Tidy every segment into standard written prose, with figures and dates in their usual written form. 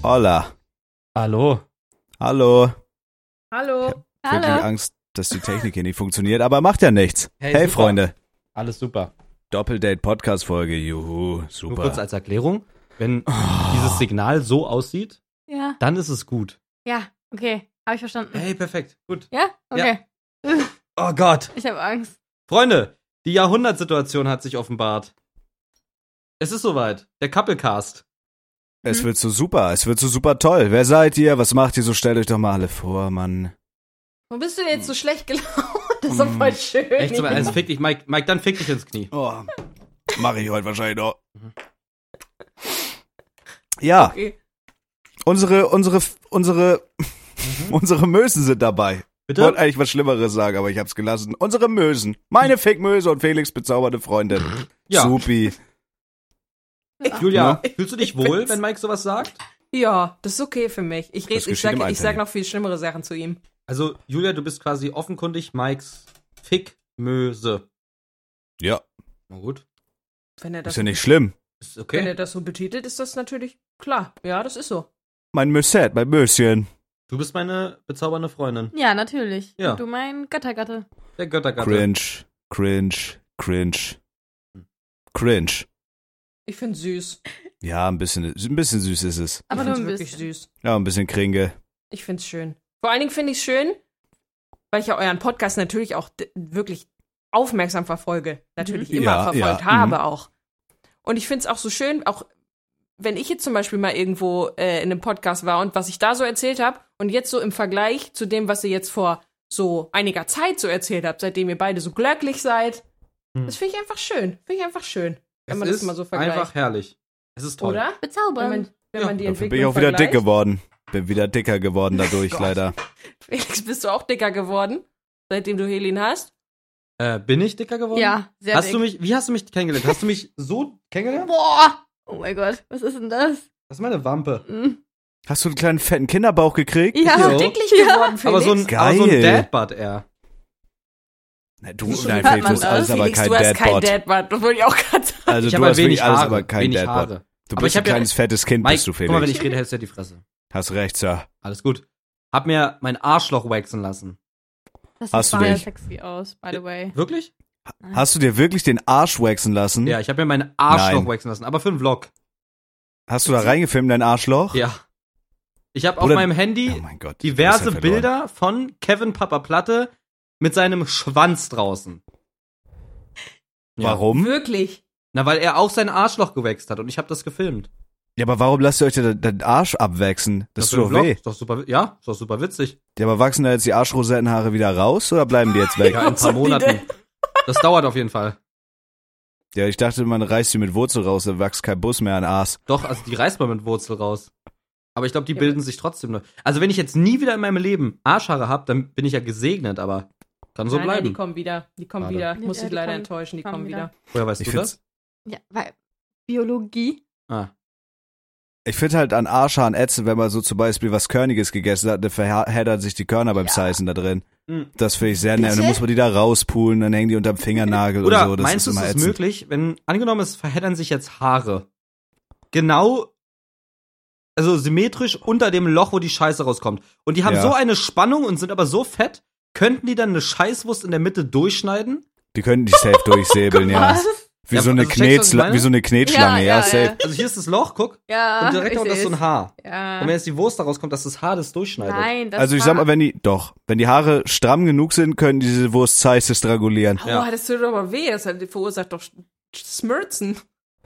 Hola. Hallo. Hallo. Hallo. Ich habe wirklich Angst, dass die Technik hier nicht funktioniert, aber macht ja nichts. Hey super. Freunde. Alles super. Doppeldate-Podcast-Folge, juhu, super. Nur kurz als Erklärung, wenn dieses Signal so aussieht, Ja. dann ist es gut. Ja, okay. Habe ich verstanden. Hey, perfekt. Gut. Ja? Okay. Oh Gott. Ich habe Angst. Freunde, die Jahrhundertsituation hat sich offenbart. Es ist soweit. Der Couplecast. Es wird so super toll. Wer seid ihr? Was macht ihr so? Stellt euch doch mal alle vor, Mann. Wo bist du denn jetzt so schlecht gelaunt? Das ist doch voll schön. Echt so, also fick dich, Mike, dann fick dich ins Knie. Oh, mache ich heute wahrscheinlich noch. Ja, Okay. unsere Mösen sind dabei. Ich Bitte? wollte eigentlich was Schlimmeres sagen, aber ich hab's gelassen. Unsere Mösen. Meine Fickmöse und Felix bezaubernde Freundin. Ja. Supi. Julia, fühlst du dich wohl, wenn Mike sowas sagt? Ja, das ist okay für mich. Ich Das geschieht im sag Einvernehmen. noch viel schlimmere Sachen zu ihm. Also, Julia, du bist quasi offenkundig Mikes Fickmöse. Ja, Na gut. Wenn er das, ist ja nicht schlimm. Ist wenn okay. er das so betitelt, ist das natürlich klar. Ja, das ist so. Mein Möset, mein Möschen. Du bist meine bezaubernde Freundin. Ja, natürlich. Ja. Und du mein Göttergatte. Der Göttergatte. Cringe. Ich find's süß. Ja, ein bisschen süß ist es. Aber ich nur find's ein wirklich bisschen. süß. Ja, ein bisschen Kringe. Ich find's schön. Vor allen Dingen finde ich's schön, weil ich ja euren Podcast natürlich auch wirklich aufmerksam verfolge. Natürlich immer Ja, verfolgt ja, habe auch. Und ich find's auch so schön, auch wenn ich jetzt zum Beispiel mal irgendwo in einem Podcast war und was ich da so erzählt habe und jetzt so im Vergleich zu dem, was ihr jetzt vor so einiger Zeit so erzählt habt, seitdem ihr beide so glücklich seid, das finde ich einfach schön. Wenn man Es das ist mal so vergleicht. einfach herrlich. Es ist toll. Oder? Bezaubernd. Wenn Ja. man die Dafür Entwicklung bin ich auch wieder dick vergleicht. geworden. Bin wieder dicker geworden dadurch, leider. Felix, bist du auch dicker geworden, seitdem du Helin hast? Bin ich dicker geworden? Ja, sehr Hast dick. du mich, wie hast du mich kennengelernt? Hast du mich so kennengelernt? Boah! Oh mein Gott, was ist denn das? Das ist meine Wampe. Hm. Hast du einen kleinen fetten Kinderbauch gekriegt? Ja. Ja. Bist du dicklich geworden, Felix? Aber so ein Geil. Dadbutt eher. Nein, du, Wieso nein, hört Felix, man du hast alles das? aber Felix, kein du hast kein Dadbot. Dadbot. Das wollte ich auch gerade sagen. Also Ich du habe hast wenig wirklich alles, Haare. aber kein wenig Dadbot. Haare. Du Aber bist ich ein hab ja- kleines, fettes Kind, Mike, bist du, guck mal, wenn Felix. ich rede, hältst du ja die Fresse. Hast recht, Sir. Alles gut. Hab mir mein Arschloch waxen lassen. Das Hast sieht du sehr dich? sexy aus, by the way. Wirklich? Hast du dir wirklich den Arsch waxen lassen? Ja, ich habe mir mein Arschloch Nein. waxen lassen, aber für einen Vlog. Hast du da reingefilmt, dein Arschloch? Ja. Ich habe auf Oder- meinem Handy Oh mein Gott. diverse du bist ja verloren. Bilder von Kevin Papa Platte mit seinem Schwanz draußen. Ja. Warum? Wirklich. Na, weil er auch sein Arschloch gewächst hat und ich habe das gefilmt. Ja, aber warum lasst ihr euch denn den Arsch abwachsen? Das für tut einen doch Vlog. weh. Ist doch super, ja, ist doch super witzig. Ja, aber wachsen da jetzt die Arschrosettenhaare wieder raus oder bleiben die jetzt weg? Ja, in ein paar Monaten. Das dauert auf jeden Fall. Ja, ich dachte, man reißt die mit Wurzel raus, dann wächst kein Bus mehr an Arsch. Doch, also die reißt man mit Wurzel raus. Aber ich glaube, die Ja, bilden sich trotzdem noch. Also wenn ich jetzt nie wieder in meinem Leben Arschhaare habe, dann bin ich ja gesegnet, aber kann so Nein, nein, die bleiben. kommen wieder. Die kommen Schade. wieder. Muss Ja, ich die leider kommen- enttäuschen. Die kommen wieder. Woher weißt Ich du find's, das? Ja, weil Biologie. Ah. ich find halt an Arschhaaren ätzend, wenn man so zum Beispiel was Körniges gegessen hat, dann verheddern sich die Körner beim Sizen da drin. Hm. Das finde ich sehr nervig. Dann Bitte? muss man die da rauspulen, dann hängen die unterm Fingernagel Oder und so. Das meinst du, ist es immer ist ätzend. möglich, wenn, angenommen, es verheddern sich jetzt Haare, genau, also symmetrisch unter dem Loch, wo die Scheiße rauskommt. Und die haben Ja. so eine Spannung und sind aber so fett, könnten die dann eine Scheißwurst in der Mitte durchschneiden? Die könnten die safe durchsäbeln, ja. Was? Wie Ja, so eine also checkst du, was ich meine? wie so eine Knetschlange, ja, safe. Also hier ist das Loch, guck, Ja, und direkt ich noch das ist so ein seh's. Haar. Ja. Und wenn jetzt die Wurst da rauskommt, dass das Haar das durchschneidet. Nein, das Also ich sag mal, wenn die Haare stramm genug sind, können diese Wurst Zeiss strangulieren. Oh, Ja. das tut doch mal weh. Das verursacht doch Schmerzen.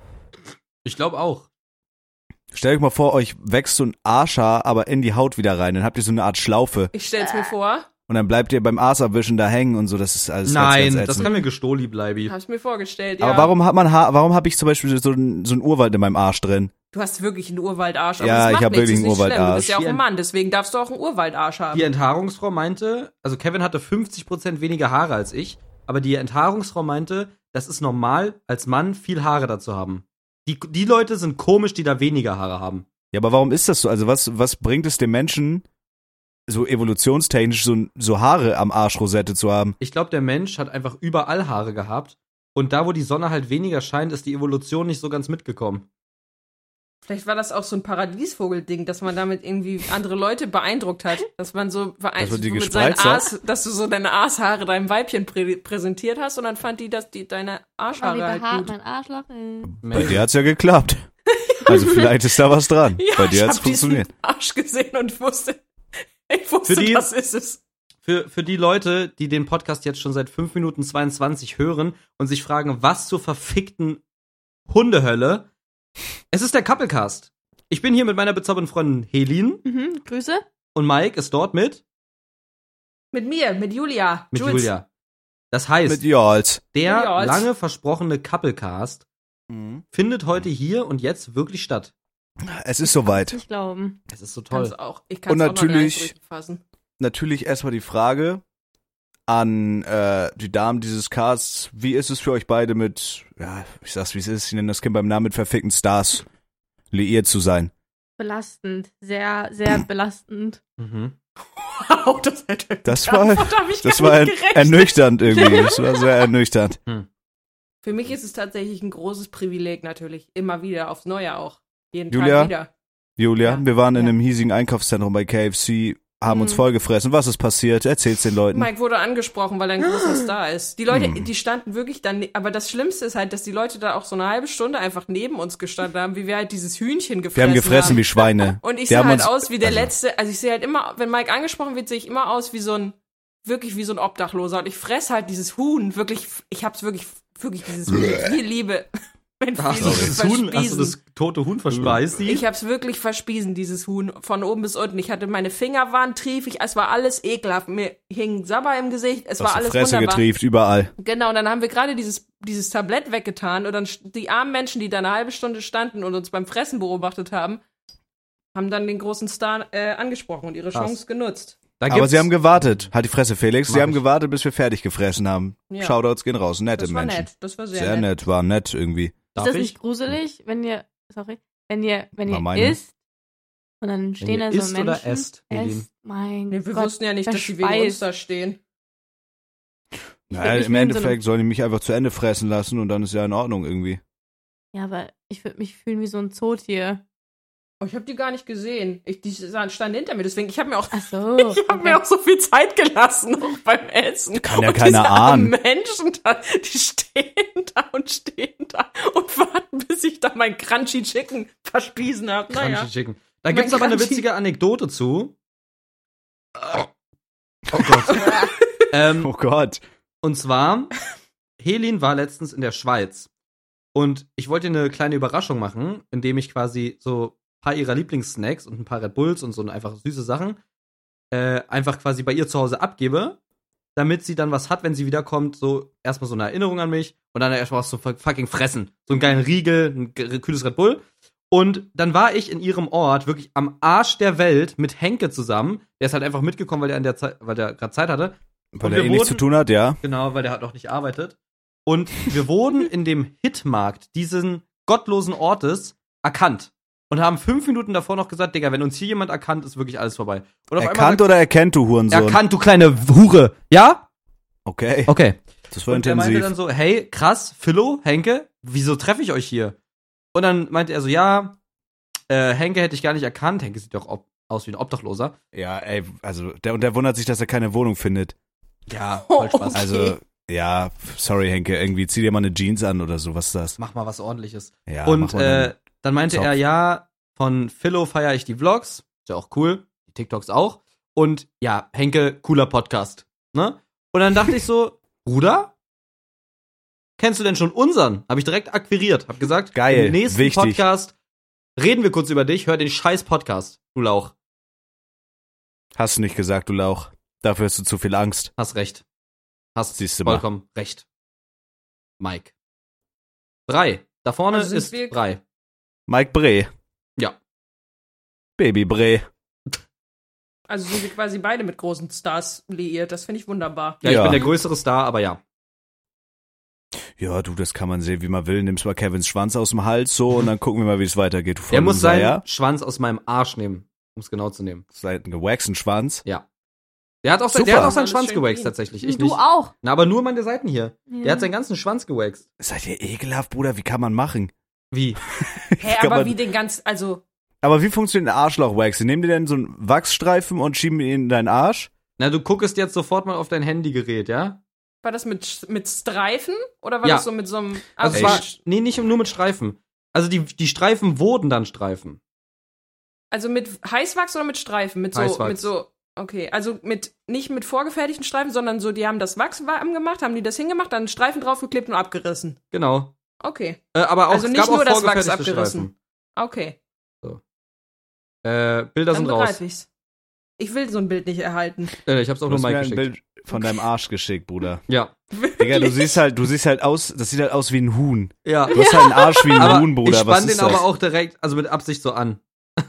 Ich glaube auch. Stellt euch mal vor, euch wächst so ein Arschhaar, aber in die Haut wieder rein. Dann habt ihr so eine Art Schlaufe. Ich stell's mir vor. Und dann bleibt ihr beim Aasabwischen da hängen und so. Das ist alles ganz, Nein, ganz das ätzend. kann mir gestohli bleiben. Hab's mir vorgestellt, Aber ja. warum habe ich zum Beispiel so einen Urwald in meinem Arsch drin? Du hast wirklich einen Urwaldarsch. Aber Ja, das ich macht hab nichts, wirklich ist einen nicht schlimm. Du Urwaldarsch. bist ja auch ein Mann, deswegen darfst du auch einen Urwaldarsch haben. Die Enthaarungsfrau meinte, also Kevin hatte 50% weniger Haare als ich, aber die Enthaarungsfrau meinte, das ist normal, als Mann viel Haare dazu haben. Die Leute sind komisch, die da weniger Haare haben. Ja, aber warum ist das so? Also was bringt es dem Menschen, so evolutionstechnisch so Haare am Arschrosette zu haben? Ich glaube, der Mensch hat einfach überall Haare gehabt und da, wo die Sonne halt weniger scheint, ist die Evolution nicht so ganz mitgekommen. Vielleicht war das auch so ein Paradiesvogel-Ding, dass man damit irgendwie andere Leute beeindruckt hat. Dass man so Dass man die mit seinen gespreizt hat? Aas, dass du so deine Aashaare deinem Weibchen präsentiert hast und dann fand die, dass deine Oh, wie Arschhaare halt behaart gut. mein Arschloch ist. Bei dir hat's ja geklappt. Also vielleicht ist da was dran. Ja, Bei dir hat's ich hab diesen funktioniert. Arsch gesehen und wusste, Für die- das ist es. Für die Leute, die den Podcast jetzt schon seit 5 Minuten 22 hören und sich fragen, was zur verfickten Hundehölle. Es ist der Couplecast. Ich bin hier mit meiner bezaubernden Freundin Helin Grüße. und Mike ist dort mit Mit mir, mit Julia. Jules. Julia. Das heißt, Mit Jals. der Jules. lange versprochene Couplecast findet heute hier und jetzt wirklich statt. Es ist soweit. Nicht glauben. Es ist so Ich toll. kann's Und auch noch gar nicht natürlich- richtig fassen. Natürlich erstmal die Frage an die Damen dieses Casts. Wie ist es für euch beide mit, ja, ich sag's wie es ist, ich nenne das Kind beim Namen, mit verfickten Stars liiert zu sein? Belastend. Sehr, sehr belastend. Mhm. Wow, das hätte Das war, Davon hab ich das gar war nicht gerechnet. ernüchternd irgendwie. Das war sehr ernüchternd. Für mich ist es tatsächlich ein großes Privileg natürlich. Immer wieder, aufs Neue auch. Jeden Julia? Tag wieder. Julia, Ja. wir waren in Ja. einem hiesigen Einkaufszentrum bei KFC, haben uns vollgefressen. Was ist passiert? Erzähl's den Leuten. Mike wurde angesprochen, weil er ein großer Star ist. Die Leute, Hm. die standen wirklich dann, aber das Schlimmste ist halt, dass die Leute da auch so eine halbe Stunde einfach neben uns gestanden haben, wie wir halt dieses Hühnchen gefressen Wir haben gefressen haben. wie Schweine. Und ich Wir sehe haben halt uns- aus wie der also- Letzte, also ich sehe halt immer, wenn Mike angesprochen wird, sehe ich immer aus wie so ein, wirklich wie so ein Obdachloser. Und ich fress halt dieses Huhn, wirklich, ich hab's wirklich dieses Huhn mit viel Liebe. Mit Hast viel du Liebe das Huhn, hast du verspiesen. das tote Huhn verspeist? Ich hab's wirklich verspiesen, dieses Huhn, von oben bis unten. Ich hatte meine Finger waren triefig, es war alles ekelhaft. Mir hing Sabber im Gesicht, es Aus war der alles Fresse wunderbar. getrieft, überall. Genau, und dann haben wir gerade dieses Tablett weggetan und dann die armen Menschen, die da eine halbe Stunde standen und uns beim Fressen beobachtet haben, haben dann den großen Star angesprochen und ihre Krass. Chance genutzt. Da Aber gibt's- sie haben gewartet. Halt die Fresse, Felix. Sie Mach haben ich. gewartet, bis wir fertig gefressen haben. Ja. Shoutouts gehen raus. Nette Das war Menschen. nett, das war Sehr sehr, nett, war nett irgendwie. Darf ist das ich? nicht gruselig, wenn ihr War ihr meine. isst und dann stehen ihr da so isst Menschen. oder esst, Elin? Mein Nee, wir Gott, wussten ja nicht, dass sie wegen uns verspeist. da stehen. Naja, würd mich im wie in so Endeffekt sollen die mich einfach zu Ende fressen lassen und dann ist ja in Ordnung irgendwie. Ja, aber ich würde mich fühlen wie so ein Zootier. Oh, ich habe die gar nicht gesehen. Die standen hinter mir, deswegen ich habe mir auch Ach so. ich habe mir auch so viel Zeit gelassen auch beim Essen. Kann ja und keiner diese armen ahnen. Menschen da, die stehen da und warten, bis ich da mein Crunchy Chicken verspiesen habe. Crunchy Naja. Chicken. Da gibt's aber eine Crunchy- witzige Anekdote zu. Oh Gott. Oh Gott. Und zwar, Helin war letztens in der Schweiz. Und ich wollte ihr eine kleine Überraschung machen, indem ich quasi so ein paar ihrer Lieblingssnacks und ein paar Red Bulls und so einfach süße Sachen einfach quasi bei ihr zu Hause abgebe, damit sie dann was hat, wenn sie wiederkommt, so erstmal so eine Erinnerung an mich und dann erstmal was so fucking fressen. So einen geilen Riegel, ein kühles Red Bull. Und dann war ich in ihrem Ort wirklich am Arsch der Welt mit Henke zusammen. Der ist halt einfach mitgekommen, weil der gerade Zeit hatte. Weil Und er wir nichts zu wurden- tun hat, ja. Genau, weil der hat noch nicht arbeitet. Und wir wurden in dem Hitmarkt diesen gottlosen Ortes erkannt. Und haben 5 Minuten davor noch gesagt, Digga, wenn uns hier jemand erkannt, ist wirklich alles vorbei. Und auf Erkannt oder erkennt, du Hurensohn? erkannt, du kleine Hure. Ja? Okay, Okay. das war Und er meinte intensiv. dann so, hey, krass, Philo, Henke, wieso treffe ich euch hier? Und dann meinte er so, ja, Henke hätte ich gar nicht erkannt. Henke sieht doch aus wie ein Obdachloser. Ja, ey, also der wundert sich, dass er keine Wohnung findet. Ja, voll Spaß. Okay. Also, ja, sorry Henke, irgendwie zieh dir mal eine Jeans an oder so, was ist das? Mach mal was Ordentliches. Ja, Und mach mal dann meinte Zopf. er, ja, von Philo feiere ich die Vlogs. Ist ja auch cool. Die TikToks auch. Und ja, Henke, cooler Podcast. Ne? Und dann dachte ich so, Bruder, kennst du denn schon unseren? Habe ich direkt akquiriert. Hab gesagt, Geil, im nächsten wichtig. Podcast reden wir kurz über dich. Hör den scheiß Podcast, du Lauch. Hast du nicht gesagt, du Lauch. Dafür hast du zu viel Angst. Hast recht. Hast Siehst du mal. vollkommen recht. Mike. Brei. Da vorne Also sind ist wir- Brei. Mike Bre. Ja. Baby Bre. Also sind wir quasi beide mit großen Stars liiert. Das finde ich wunderbar. Ja, ich Ja. bin der größere Star, aber ja. Ja, du, das kann man sehen, wie man will. Nimmst mal Kevins Schwanz aus dem Hals so und dann gucken wir mal, wie es weitergeht. Du Er muss Vollloser, seinen ja? Schwanz aus meinem Arsch nehmen, um es genau zu nehmen. Seid einen gewaxten Schwanz. Der hat auch, Super. der hat auch seinen Alles Schwanz schön gewaxt clean. tatsächlich. Ich Du nicht. auch. Na, aber nur meine Seiten hier. Ja. Der hat seinen ganzen Schwanz gewaxt. Seid ihr ekelhaft, Bruder? Wie kann man machen? Wie? Hä, Kann aber man- wie den ganz, also, Aber wie funktioniert ein Arschloch-Wax? Sie nehmen dir denn so einen Wachsstreifen und schieben ihn in deinen Arsch? Na, du guckst jetzt sofort mal auf dein Handygerät, ja? war das mit Streifen oder war Ja. das so mit so einem Also es Ey, war, nee, nicht nur mit Streifen. Also die Streifen wurden dann Streifen. Also mit Heißwachs oder mit Streifen? Heißwachs. Okay, also nicht mit vorgefertigten Streifen, sondern so, die haben das Wachs warm gemacht, haben die das hingemacht, dann einen Streifen draufgeklebt und abgerissen. Genau. Okay, Aber auch, Also es nicht gab auch nur das Wachs vorgefertigte abgerissen. okay. Bilder Dann sind raus. begreife ich's. Ich will so ein Bild nicht erhalten. Ich hab's auch Du nur hast mir Mike ein geschickt. Bild von deinem Arsch geschickt, Bruder. Ja. Digga, du siehst halt aus, das sieht halt aus wie ein Huhn. Ja. Du hast halt einen Arsch wie ein Aber Huhn, Bruder. ich Was spann ist den das? aber auch direkt, also mit Absicht so an.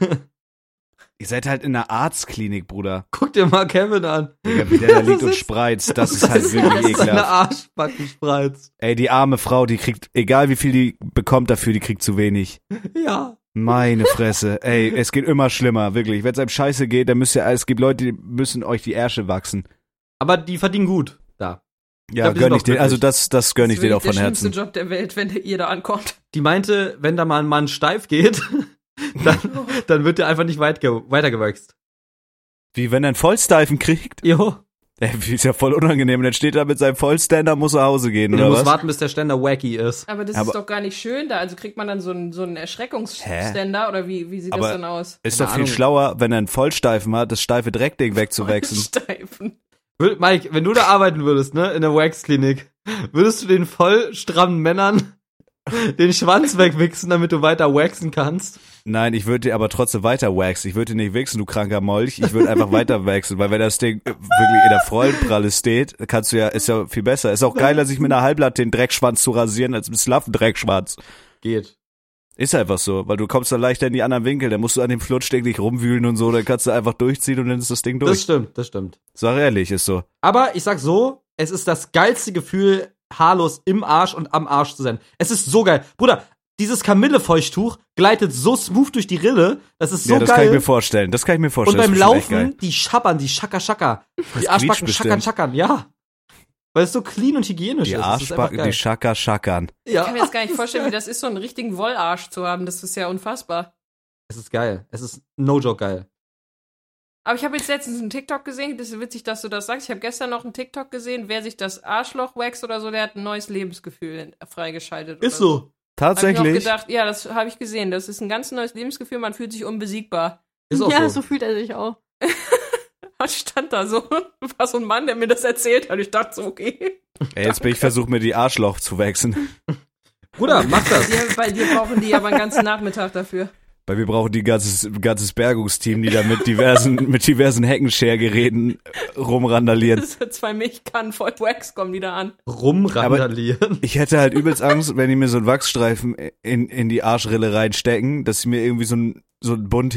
Ihr seid halt in einer Arztklinik, Bruder. Guck dir mal Kevin an. Digga, wie der da liegt Das und ist- spreizt, das ist halt wirklich Seine ekelhaft. Arschbacken spreizt. Ey, die arme Frau, die kriegt, egal wie viel die bekommt dafür, die kriegt zu wenig. Ja. Meine Fresse. Ey, es geht immer schlimmer, wirklich. Wenn es einem scheiße geht, dann es gibt Leute, die müssen euch die Ärsche wachsen. Aber die verdienen gut da. Ja, glaub, die gönn sind ich auch denen, also glücklich. das gönn ich Das ist denen auch wirklich von der schlimmste Herzen. Job der Welt, wenn ihr da ankommt. Die meinte, wenn da mal ein Mann steif geht, dann wird der einfach nicht weitergewachst. Wie wenn er einen Vollsteifen kriegt? Jo. Ey, ist ja voll unangenehm. Und dann steht er mit seinem Vollstander, muss nach Hause gehen, Du oder musst was? warten, bis der Ständer wacky ist. Aber das Aber- ist doch gar nicht schön da. Also kriegt man dann so einen Erschreckungsständer oder wie sieht Aber- das denn aus? Ist Keine doch viel Ahnung. schlauer, wenn er einen Vollsteifen hat, das steife Dreckding wegzuwechseln. Steifen. Mike, wenn du da arbeiten würdest, ne, in der Wax-Klinik, würdest du den voll strammen Männern den Schwanz wegwichsen, damit du weiter waxen kannst? Nein, ich würde dir aber trotzdem weiter waxen. Ich würde dir nicht wichsen, du kranker Molch. Ich würde einfach weiter waxen, weil wenn das Ding wirklich in der Freudenpralle steht, kannst du ja, ist ja viel besser. Ist auch geiler, sich mit einer Halblatte den Dreckschwanz zu rasieren, als mit slaffen Dreckschwanz. Geht. Ist einfach so, weil du kommst dann leichter in die anderen Winkel, dann musst du an dem Flutschding nicht rumwühlen und so, dann kannst du einfach durchziehen und dann ist das Ding durch. Das stimmt. Sag ehrlich, ist so. Aber ich sag so, es ist das geilste Gefühl, haarlos im Arsch und am Arsch zu sein. Es ist so geil. Bruder, dieses Kamillefeuchttuch gleitet so smooth durch die Rille, das ist so Ja, das geil. kann ich mir vorstellen. Das kann ich mir Und vorstellen. beim Das ist bestimmt echt geil. Laufen, die schappern, die Schakka. Die quietscht Arschbacken bestimmt. schackern, ja. Weil es so clean und hygienisch Die ist. Das ist einfach Arschbacken, geil. die schackern. Ich kann Ja. mir jetzt gar nicht vorstellen, wie das ist, so einen richtigen Wollarsch zu haben. Das ist ja unfassbar. Es ist geil. Es ist no joke geil. Aber ich habe jetzt letztens einen TikTok gesehen, das ist witzig, dass du das sagst. Ich habe gestern noch einen TikTok gesehen, wer sich das Arschloch wächst oder so, der hat ein neues Lebensgefühl freigeschaltet. Ist oder so. Hab ich auch Tatsächlich. gedacht, ja, das habe ich gesehen. Das ist ein ganz neues Lebensgefühl, man fühlt sich unbesiegbar. Ist auch Ja, so. so fühlt er sich auch. Was stand da so? War so ein Mann, der mir das erzählt hat. Ich dachte so, okay. Ey, jetzt bin ich versucht, mir die Arschloch zu wechseln. Bruder, mach das. Bei dir brauchen die aber einen ganzen Nachmittag dafür. Weil wir brauchen die ganzes Bergungsteam, die da mit diversen Heckenschergeräten rumrandalieren. Das sind 2 Milchkannen voll Wax kommen wieder an. Rumrandalieren. Ich hätte halt übelst Angst, wenn die mir so einen Wachsstreifen in die Arschrille reinstecken, dass sie mir irgendwie so ein Bund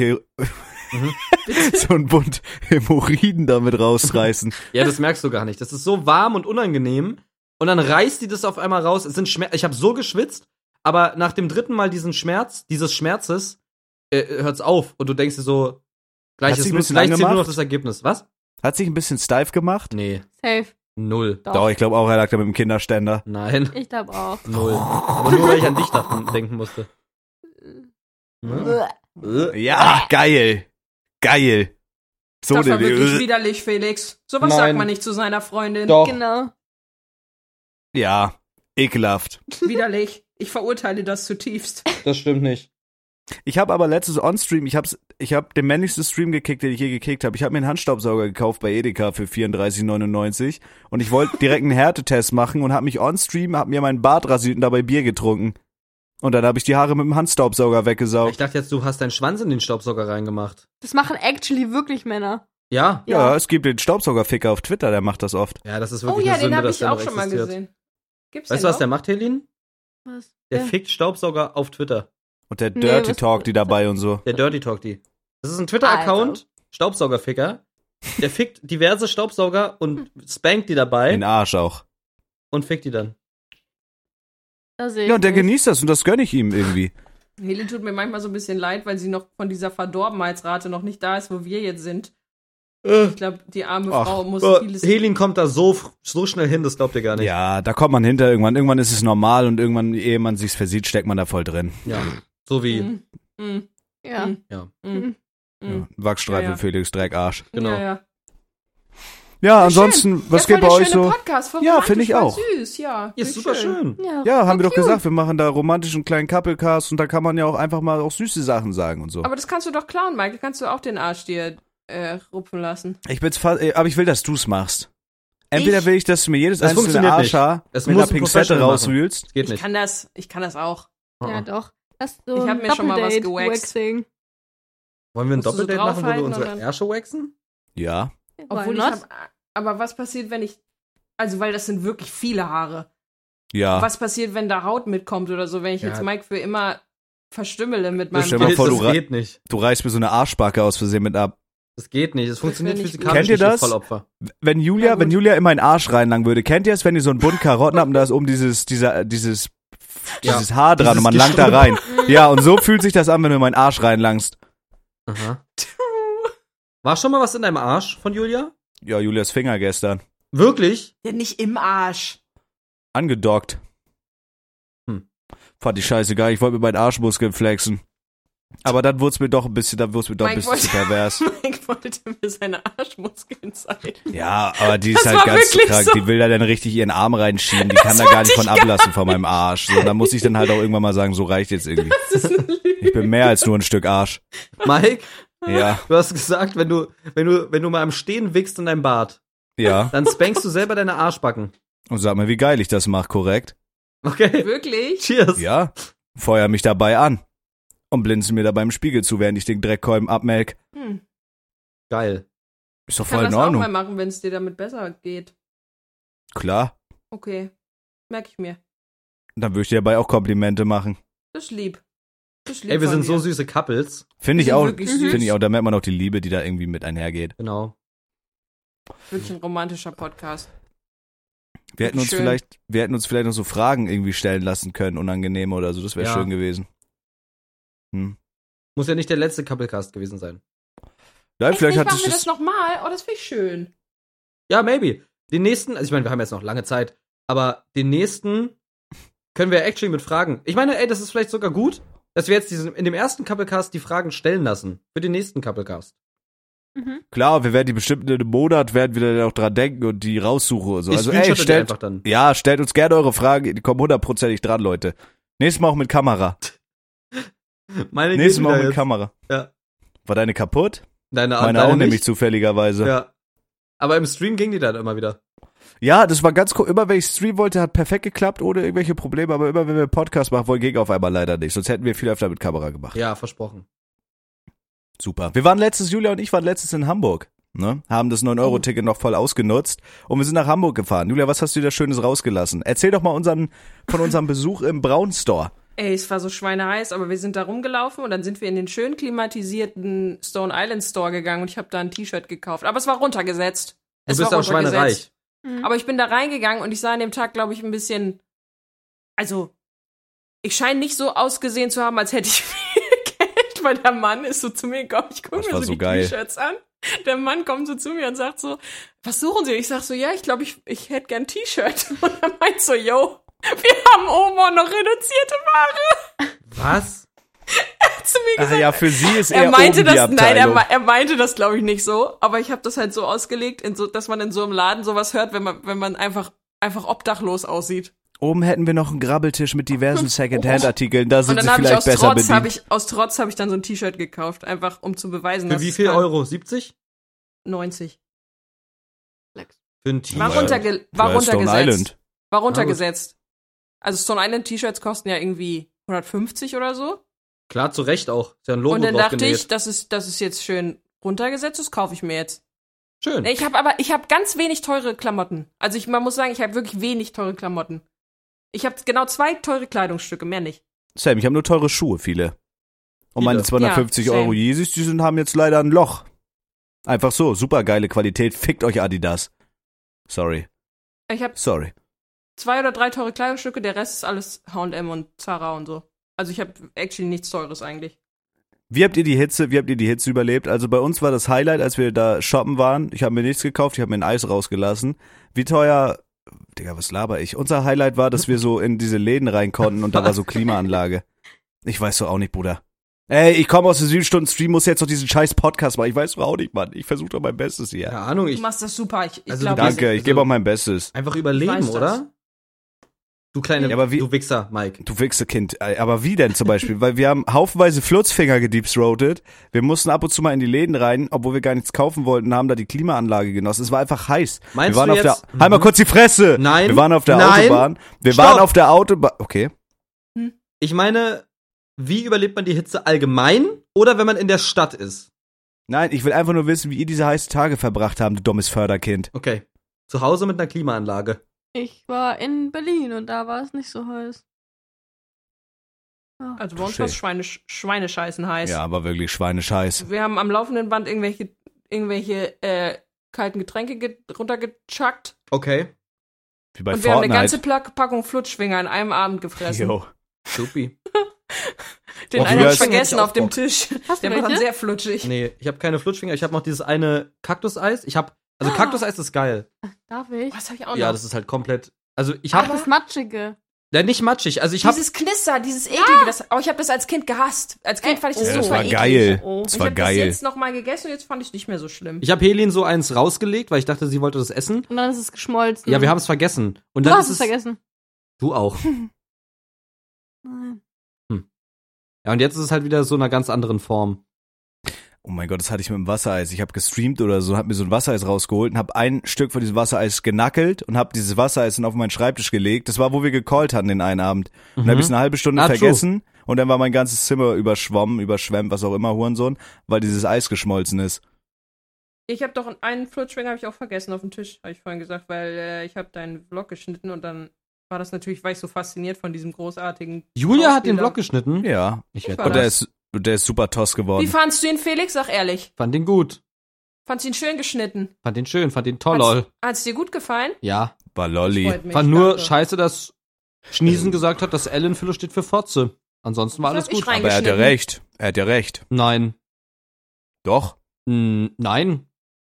so ein Bund Hämorrhoiden damit rausreißen. Ja, das merkst du gar nicht. Das ist so warm und unangenehm. Und dann reißt die das auf einmal raus. Es sind ich habe so geschwitzt, aber nach dem 3. Mal dieses Schmerzes, hört's auf. Und du denkst dir so, gleich Hat sich ein bisschen zählt nur noch angemacht? das Ergebnis. Was? Hat sich ein bisschen steif gemacht? Nee, Safe. 0. Doch, ich glaube auch, er lag da mit dem Kinderständer. Nein, Ich glaube auch. 0. Aber nur, weil ich an dich denken musste. Ja, geil. Geil. So Das war wirklich eine, widerlich, Felix. Sowas Nein. sagt man nicht zu seiner Freundin. Doch. Genau. ja, ekelhaft. Widerlich. Ich verurteile das zutiefst. Das stimmt nicht. Ich habe aber letztes On-Stream, ich hab den männlichsten Stream gekickt, den ich je gekickt habe. Ich habe mir einen Handstaubsauger gekauft bei Edeka für 34,99 und ich wollte direkt einen Härtetest machen und habe mich On-Stream, hab mir meinen Bart rasiert und dabei Bier getrunken. Und dann habe ich die Haare mit dem Handstaubsauger weggesaugt. Ich dachte jetzt, du hast deinen Schwanz in den Staubsauger reingemacht. Das machen actually wirklich Männer. Ja? Ja, es gibt den Staubsaugerficker auf Twitter, der macht das oft. Ja, das ist Oh wirklich ja, eine den Sünde, habe dass ich der auch noch schon mal existiert. gesehen. Gibt's Weißt du, den was der noch? macht, Helin? Was? Der Ja. fickt Staubsauger auf Twitter. Und der Nee, Dirty was- Talk, die dabei und so. Der Dirty Talk, die. Das ist ein Twitter-Account, Staubsaugerficker. Der fickt diverse Staubsauger und spankt die dabei In den Arsch auch. und fickt die dann. Da sehe ich Ja, und der nicht. genießt das und das gönn ich ihm irgendwie. Helen tut mir manchmal so ein bisschen leid, weil sie noch von dieser Verdorbenheitsrate noch nicht da ist, wo wir jetzt sind. Ich glaube, die arme Frau muss vieles... Helin kommt da so schnell hin, das glaubt ihr gar nicht. Ja, da kommt man hinter irgendwann. Irgendwann ist es normal und irgendwann, ehe man sich's versieht, steckt man da voll drin. Ja. So wie. Ja. Ja. Ja. Wachsstreifen, Ja. Felix, Dreck, Arsch. Genau. Ja. Ja, ansonsten, was geht bei euch so? Podcast, voll Ja, romantisch, finde ich voll auch. Süß, ja. Ist super schön. Ja, haben wir doch gesagt, wir machen da romantischen kleinen Couplecast und da kann man ja auch einfach mal auch süße Sachen sagen und so. Aber das kannst du doch klauen, Michael. Kannst du auch den Arsch dir rupfen lassen. Ich bin's fast, aber ich will, dass du's machst. Entweder will ich, dass du mir jedes Das einzelne funktioniert nicht. Arschhaar Es mit muss einer ein Pinzette Professional rauswühlst. Geht Ich nicht. kann das auch. Ja, doch. Hast du Ich hab mir schon mal was gewaxt. Waxing. Wollen wir ein Musst du so Doppeldate machen, wo wir draufhalten unsere und dann- Ärsche waxen? Ja. Obwohl Why ich not? aber was passiert, wenn ich... Also, weil das sind wirklich viele Haare. Ja. Was passiert, wenn da Haut mitkommt oder so, wenn ich Ja. jetzt Mike für immer verstümmele mit Das meinem... stell mal vor, das du geht nicht. Du reißt mir so eine Arschbacke aus Versehen mit ab. Das geht nicht. Das funktioniert wär nicht physikalisch Kennt ihr nicht, das das? Vollopfer. Wenn Ja, Julia gut. in meinen Arsch reinlangen würde, kennt ihr es, wenn ihr so einen Bund Karotten habt und da ist oben dieses Haar dran und man langt da rein. Ja, und so fühlt sich das an, wenn du in meinen Arsch reinlangst. Aha. War schon mal was in deinem Arsch von Julia? Ja, Julias Finger gestern. Wirklich? Ja, nicht im Arsch. Angedockt. Fand ich scheiße geil, ich wollte mit meinen Arschmuskeln flexen. Aber dann wurde es mir doch ein bisschen, ein bisschen zu pervers. Mike wollte mir seine Arschmuskeln zeigen. Ja, aber die ist Das halt war ganz wirklich krank. so. Die will da dann richtig ihren Arm reinschieben. Die kann da gar nicht von ablassen von meinem Arsch. So, da muss ich dann halt auch irgendwann mal sagen, so reicht jetzt irgendwie. Das ist eine Lüge. Ich bin mehr als nur ein Stück Arsch. Mike, Ja, du hast gesagt, wenn du mal am Stehen wickst in deinem Bart, ja. dann spankst du selber deine Arschbacken. Und sag mir, wie geil ich das mache, korrekt? Okay. Wirklich? Cheers. Ja. Feuer mich dabei an. Und blinzel mir dabei im Spiegel zu, während ich den Dreckkolben abmelk. Geil. Ist doch Ich kann voll in das auch mal Ordnung. machen, wenn es dir damit besser geht. Klar. Okay. Merke ich mir. Dann würde ich dir dabei auch Komplimente machen. Das ist lieb. Das ist lieb Ey, wir von sind so dir. süße Couples. Finde ich Die sind auch. wirklich süß. Finde ich auch. Da merkt man auch die Liebe, die da irgendwie mit einhergeht. Genau. Wirklich ein romantischer Podcast. Wir hätten uns Schön. vielleicht noch so Fragen irgendwie stellen lassen können, unangenehme oder so. Das wäre Ja. schön gewesen. Muss ja nicht der letzte Couplecast gewesen sein. Nein, Echt vielleicht nicht, hat machen sich wir das. das nochmal? Oh, das finde ich schön. Ja, maybe. Den nächsten, also ich meine, wir haben jetzt noch lange Zeit, aber den nächsten können wir actually mit Fragen. Ich meine, ey, das ist vielleicht sogar gut, dass wir jetzt in dem ersten Couplecast die Fragen stellen lassen. Für den nächsten Couplecast. Klar, wir werden die bestimmt in einem Monat werden wir dann auch dran denken und die raussuchen und so. Ich Also screenshotte die stellt einfach dann. ja, stellt uns gerne eure Fragen, die kommen 100%ig dran, Leute. Nächstes Mal auch mit Kamera. Meine Nächstes geht Mal auch wieder mit jetzt. Kamera. Ja. War deine kaputt? Deine Meine deine auch nämlich nicht. zufälligerweise. Ja. Aber im Stream ging die dann immer wieder. Ja, das war ganz cool. Immer wenn ich streamen wollte, hat perfekt geklappt, ohne irgendwelche Probleme. Aber immer wenn wir einen Podcast machen wollen, ging auf einmal leider nicht. Sonst hätten wir viel öfter mit Kamera gemacht. Ja, versprochen. Super. Julia und ich waren letztens in Hamburg. Ne? Haben das 9-Euro-Ticket noch voll ausgenutzt. Und wir sind nach Hamburg gefahren. Julia, was hast du da Schönes rausgelassen? Erzähl doch mal von unserem Besuch im Braun Store. Ey, es war so schweineheiß, aber wir sind da rumgelaufen und dann sind wir in den schön klimatisierten Stone Island Store gegangen und ich habe da ein T-Shirt gekauft. Aber es war runtergesetzt. Du Es bist war auch schweinereich. Aber ich bin da reingegangen und ich sah an dem Tag, glaube ich, ein bisschen. Also, ich scheine nicht so ausgesehen zu haben, als hätte ich viel Geld, weil der Mann ist so zu mir gekommen. Ich gucke Das mir war so so die geil. T-Shirts an. Der Mann kommt so zu mir und sagt so: Was suchen Sie? Ich sag so: Ja, ich glaube, ich hätte gern ein T-Shirt. Und er meint so: Yo, wir haben oben auch noch reduzierte Ware. Was? Zu mir gesagt. Ja, für sie ist eher Er meinte oben die das, nein, Abteilung. er meinte das, glaube ich, nicht so. Aber ich habe das halt so ausgelegt, dass man in so einem Laden sowas hört, wenn man einfach obdachlos aussieht. Oben hätten wir noch einen Grabbeltisch mit diversen Secondhand-Artikeln. Da Und sind dann sie habe ich vielleicht besser bedient. aus Trotz habe ich dann so ein T-Shirt gekauft, einfach um zu beweisen, Für dass wie es viel kann. Euro? 70? 90. Für ein T-Shirt. War runtergesetzt. Stone Island. War runtergesetzt. Also Stone Island T-Shirts kosten ja irgendwie 150 oder so. Klar, zu Recht auch. Ist ja ein Logo Und dann drauf dachte genäht. ich, das ist jetzt schön runtergesetzt, das kaufe ich mir jetzt. Schön. Ich habe ganz wenig teure Klamotten. Also man muss sagen, ich habe wirklich wenig teure Klamotten. Ich habe genau 2 teure Kleidungsstücke, mehr nicht. Sam, ich habe nur teure Schuhe, viele. Und meine Viele. 250 Ja, Euro same. Yeezys, haben jetzt leider ein Loch. Einfach so, super geile Qualität. Fickt euch Adidas. Sorry. Ich habe Sorry. 2 oder 3 teure Kleidungsstücke, der Rest ist alles H&M und Zara und so. Also ich habe actually nichts Teures eigentlich. Wie habt ihr die Hitze überlebt? Also bei uns war das Highlight, als wir da shoppen waren. Ich habe mir nichts gekauft, ich habe mir ein Eis rausgelassen. Wie teuer, Digga, was laber ich? Unser Highlight war, dass wir so in diese Läden rein konnten und da war so Klimaanlage. Ich weiß doch auch nicht, Bruder. Ey, ich komme aus dem 7-Stunden-Stream, muss jetzt noch diesen scheiß Podcast machen. Ich weiß doch auch nicht, Mann. Ich versuche doch mein Bestes hier. Keine Ahnung, Du machst das super. Ich Also glaube, Danke, ich gebe auch mein Bestes. einfach Ich überleben, weiß das. oder? Du kleine, Ja, aber wie- du Wichser, Mike. Du Wichsekind. Aber wie denn zum Beispiel? Weil wir haben haufenweise Flutzfinger gedeepthroatet. Wir mussten ab und zu mal in die Läden rein, obwohl wir gar nichts kaufen wollten, haben da die Klimaanlage genossen. Es war einfach heiß. Meinst wir waren du auf jetzt- der, halt mal kurz die Fresse! Nein. Wir waren auf der Nein. Autobahn. Wir Stopp. waren auf der Autobahn. Okay. Ich meine, wie überlebt man die Hitze allgemein oder wenn man in der Stadt ist? Nein, ich will einfach nur wissen, wie ihr diese heißen Tage verbracht habt, du dummes Förderkind. Okay. Zu Hause mit einer Klimaanlage. Ich war in Berlin und da war es nicht so heiß. Ja. Also bei uns war es Schweinescheißen heiß. Ja, aber wirklich Schweinescheiß. Wir haben am laufenden Band irgendwelche kalten Getränke runtergechuckt. Okay. Wie bei Und wir haben Fortnite. eine ganze Packung Flutschfinger in einem Abend gefressen. Yo. Supi. Den Oh, einen wie hab ich heißt- vergessen auf dem Bock. Tisch. Hast du Der war dann welche? sehr flutschig. Nee, ich habe keine Flutschfinger. Ich habe noch dieses eine Kaktuseis. Also Kaktuseis ist geil. Darf ich? Was hab ich auch noch? Ja, das ist halt komplett. Also ich Ach, habe das Matschige. nicht matschig. Also ich habe Dieses Knister, dieses eklige, ich habe das als Kind gehasst. Als Kind fand ich das Ja, so das war eklig. geil. Oh. Das Ich war habe das geil. jetzt noch mal gegessen und jetzt fand ich es nicht mehr so schlimm. Ich habe Helin so eins rausgelegt, weil ich dachte, sie wollte das essen. Und dann ist es geschmolzen. Ja, wir haben es vergessen. Und Du dann hast ist es vergessen. Du auch. Nein. Ja, und jetzt ist es halt wieder so in einer ganz anderen Form. Oh mein Gott, das hatte ich mit dem Wassereis. Ich habe gestreamt oder so, hab mir so ein Wassereis rausgeholt und hab ein Stück von diesem Wassereis genackelt und hab dieses Wassereis dann auf meinen Schreibtisch gelegt. Das war, wo wir gecallt hatten den einen Abend. Und dann hab ich's eine halbe Stunde Ah, vergessen und dann war mein ganzes Zimmer überschwemmt, was auch immer, Hurensohn, weil dieses Eis geschmolzen ist. Ich habe doch einen Flutschfinger habe ich auch vergessen auf dem Tisch, habe ich vorhin gesagt, weil ich habe deinen Vlog geschnitten und dann war ich so fasziniert von diesem großartigen Julia hat den Schauspieler. Vlog geschnitten. Ja. Ich war werd, Und das. der ist super toss Wie geworden. fandst du ihn, Felix? Sag ehrlich. fand den gut. Fandst du ihn schön geschnitten? Fand den schön, fand den toll, lol. Hat's dir gut gefallen? Ja. War Lolli. Freut mich, Fand nur danke. scheiße, dass Schniesen gesagt hat, dass Ellen Fülle steht für Fotze. Ansonsten war Ich alles hab mich gut. rein- Aber er hat ja eingeschnitten. recht. Nein. Doch. Nein.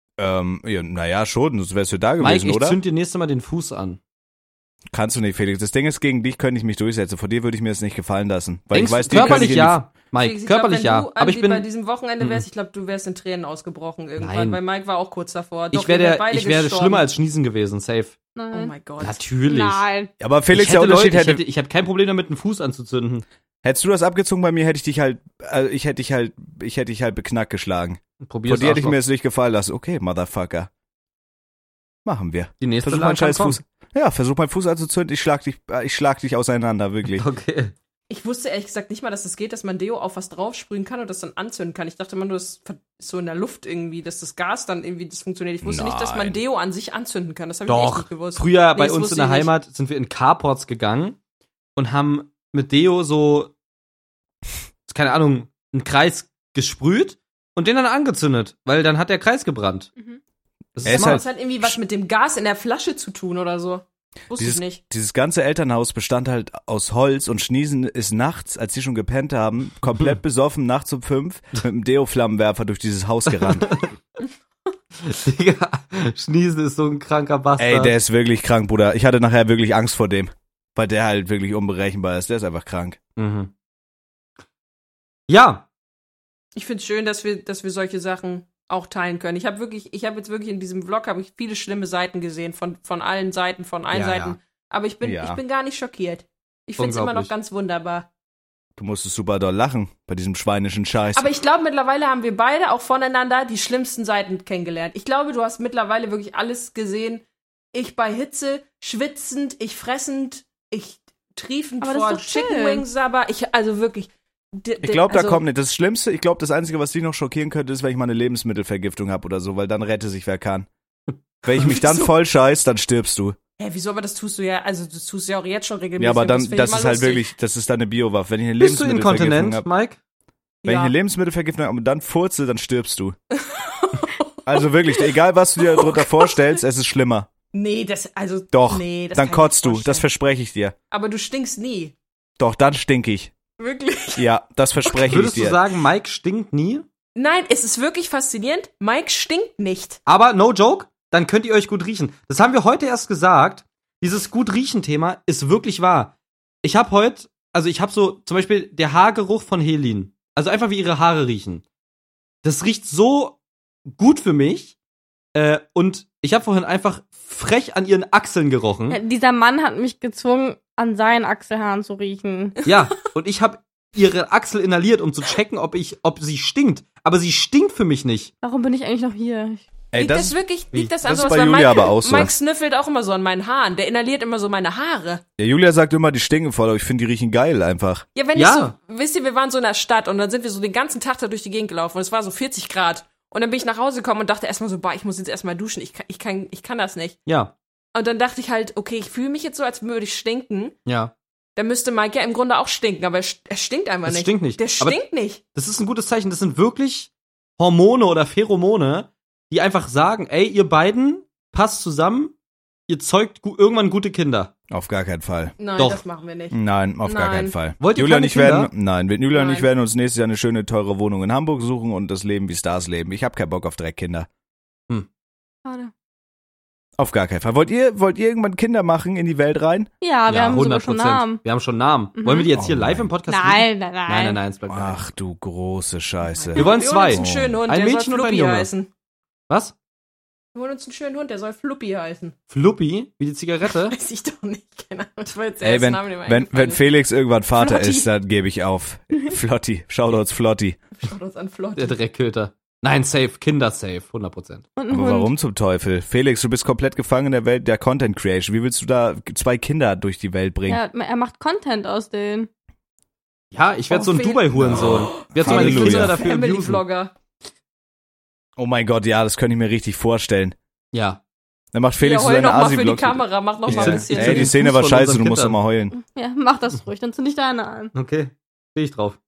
Ja, naja, schon, sonst wärst du da Mike, gewesen, ich oder? zünd dir nächstes Mal den Fuß an. Kannst du nicht, Felix. Das Ding ist, gegen dich könnte ich mich durchsetzen. Vor dir würde ich mir das nicht gefallen lassen. Weil Denkst ich weiß, du, die können körperlich nicht ja. Mike, Felix, ich glaub, körperlich wenn ja. du Aber ich bei bin, diesem Wochenende wärst, ich glaube, du wärst in Tränen ausgebrochen irgendwann, Nein. weil Mike war auch kurz davor. Doch, ich wäre ihr wärt beide wäre gestorben. schlimmer als Schniesen gewesen, safe. Oh Nein. mein Gott. Natürlich. Nein. Aber Felix, ich der hätte Unterschied Leute, hätte, ich hätte kein Problem damit, einen Fuß anzuzünden. hättest du das abgezogen bei mir, hätte ich dich halt, ich hätte dich halt beknackt geschlagen. Probier's Von dir hätte ich Arschloch. mir das nicht gefallen lassen. Okay, Motherfucker. Machen wir. Die nächste Versuch meinen Lage scheiß kann Fuß. Ja, versuch meinen Fuß anzuzünden. Ich schlag dich auseinander, wirklich. kommen. Okay. Ich wusste ehrlich gesagt nicht mal, dass es geht, dass man Deo auf was draufsprühen kann und das dann anzünden kann. Ich dachte immer nur, das ist so in der Luft irgendwie, dass das Gas dann irgendwie das funktioniert. Ich wusste nicht, dass man Nein. Deo an sich anzünden kann. Das habe ich echt Doch. nicht gewusst. Früher Nee, bei das uns wusste in der ich nicht. Heimat sind wir in Carports gegangen und haben mit Deo so, keine Ahnung, einen Kreis gesprüht und den dann angezündet, weil dann hat der Kreis gebrannt. Mhm. Das Er ist ist smart. Das hat irgendwie was mit dem Gas in der Flasche zu tun oder so. Wusste ich nicht. Dieses ganze Elternhaus bestand halt aus Holz und Schniesen ist nachts, als sie schon gepennt haben, komplett besoffen, nachts um 5, mit einem Deo-Flammenwerfer durch dieses Haus gerannt. Digga, Schniesen ist so ein kranker Bastard. Ey, der ist wirklich krank, Bruder. Ich hatte nachher wirklich Angst vor dem. Weil der halt wirklich unberechenbar ist. Der ist einfach krank. Mhm. Ja, Ich finde es schön, dass wir solche Sachen auch teilen können. Ich habe jetzt wirklich in diesem Vlog habe ich viele schlimme Seiten gesehen von allen Seiten, von allen Ja, Seiten. ja. Aber ich bin gar nicht schockiert. Ich finde es immer noch Unglaublich. ganz wunderbar. Du musstest super doll lachen bei diesem schweinischen Scheiß. Aber ich glaube, mittlerweile haben wir beide auch voneinander die schlimmsten Seiten kennengelernt. Ich glaube, du hast mittlerweile wirklich alles gesehen. Ich bei Hitze, schwitzend, ich fressend, ich triefend Aber das vor ist doch schön. Chicken Wings, aber also wirklich. Ich glaube, da also, kommt nicht. Das Schlimmste, ich glaube, das Einzige, was dich noch schockieren könnte, ist, wenn ich mal eine Lebensmittelvergiftung habe oder so, weil dann rette sich wer kann. Wenn ich mich dann Wieso? voll scheiß, dann stirbst du. Hä, wieso, aber das tust du ja, also das tust du ja auch jetzt schon regelmäßig. Ja, aber und dann, find ich das immer ist halt lustig. wirklich, das ist dann eine Biowaffe. Wenn ich eine bist du Lebensmittelvergiftung inkontinent, habe, Mike? wenn ich Ja. eine Lebensmittelvergiftung habe und dann furze, dann stirbst du. Also wirklich, egal was du dir darunter vorstellst, es ist schlimmer. Nee, Doch, nee, das dann kann ich kotzt mir du, das vorstellen. verspreche ich dir. Aber du stinkst nie. Doch, dann stink ich. Wirklich. Ja, das verspreche ich Würdest dir. du sagen, Mike stinkt nie? Nein, es ist wirklich faszinierend. Mike stinkt nicht. Aber no joke, dann könnt ihr euch gut riechen. Das haben wir heute erst gesagt. Dieses gut riechen Thema ist wirklich wahr. Ich habe so zum Beispiel der Haargeruch von Helin. Also einfach wie ihre Haare riechen. Das riecht so gut für mich. Und ich habe vorhin einfach frech an ihren Achseln gerochen. Ja, dieser Mann hat mich gezwungen, an seinen Achselhaaren zu riechen. Ja, und ich habe ihre Achsel inhaliert, um zu checken, ob sie stinkt. Aber sie stinkt für mich nicht. Warum bin ich eigentlich noch hier? Ey, Liegt das wirklich, liegt das an das ist sowas? bei Weil Julia Mike, aber auch so. Mike snüffelt auch immer so an meinen Haaren. Der inhaliert immer so meine Haare. Ja, Julia sagt immer, die stinken voll, aber ich finde, die riechen geil einfach. Ja, wenn Ja. ich so, wisst ihr, wir waren so in der Stadt und dann sind wir so den ganzen Tag da durch die Gegend gelaufen und es war so 40 Grad. Und dann bin ich nach Hause gekommen und dachte erstmal so, ich muss jetzt erstmal duschen, ich kann das nicht. Ja, Und dann dachte ich halt, okay, ich fühle mich jetzt so, als würde ich stinken. ja. Dann müsste Mike ja im Grunde auch stinken, aber er stinkt einfach Es nicht. stinkt nicht. Der Aber stinkt nicht. das ist ein gutes Zeichen. Das sind wirklich Hormone oder Pheromone, die einfach sagen, ey, ihr beiden passt zusammen, ihr zeugt irgendwann gute Kinder. Auf gar keinen Fall. Nein, Doch. das machen wir nicht. Nein, auf gar Nein. keinen Fall. Wollt ihr Julia keine nicht Kinder? werden, Julia und ich Nein. werden uns nächstes Jahr eine schöne, teure Wohnung in Hamburg suchen und das Leben wie Stars leben. Ich habe keinen Bock auf Dreckkinder. Schade. Auf gar keinen Fall. Wollt ihr irgendwann Kinder machen in die Welt rein? Ja, wir haben sogar schon 100%. Namen. Wir haben schon Namen. Wollen wir die jetzt hier live im Podcast Nein, lesen? nein. Nein, es bleibt geheim. Ach du große Scheiße. Wir wollen Wir zwei. holen uns einen schönen Hund, Ein der Mädchen soll und ein Fluppi Junge. heißen. Was? Wir holen uns einen schönen Hund, der soll Fluppi heißen. Fluppi? Wie die Zigarette? Weiß ich doch nicht, keine Ahnung. Das war jetzt der Ey, erste wenn, Name, der mir wenn eingefallen ist. Felix irgendwann Vater Flotti. ist, dann gebe ich auf. Flotti. Shoutouts Flotti. Schaut uns an, Flott. Der Dreckköter. Nein, safe. Kinder safe. 100%. Und ein Aber Hund. warum zum Teufel? Felix, du bist komplett gefangen in der Welt der Content Creation. Wie willst du da zwei Kinder durch die Welt bringen? Ja, er macht Content aus denen. Ja, ich werde so ein Fel- Dubai-Hurensohn. Ich werde so meine Halleluja. Kinder dafür abusen. Family-Vlogger. Oh mein Gott, ja, das könnte ich mir richtig vorstellen. Ja. Dann macht Felix Ja, so heul seine noch mal für die Asi-Vlogs. Kamera, mach noch mal ein Ja. bisschen. Ey, die Den Szene Fuß war von scheiße, unseren du musst Kindern. immer heulen. Ja, mach das ruhig, dann zünd ich deine an. Okay. Stehe ich drauf.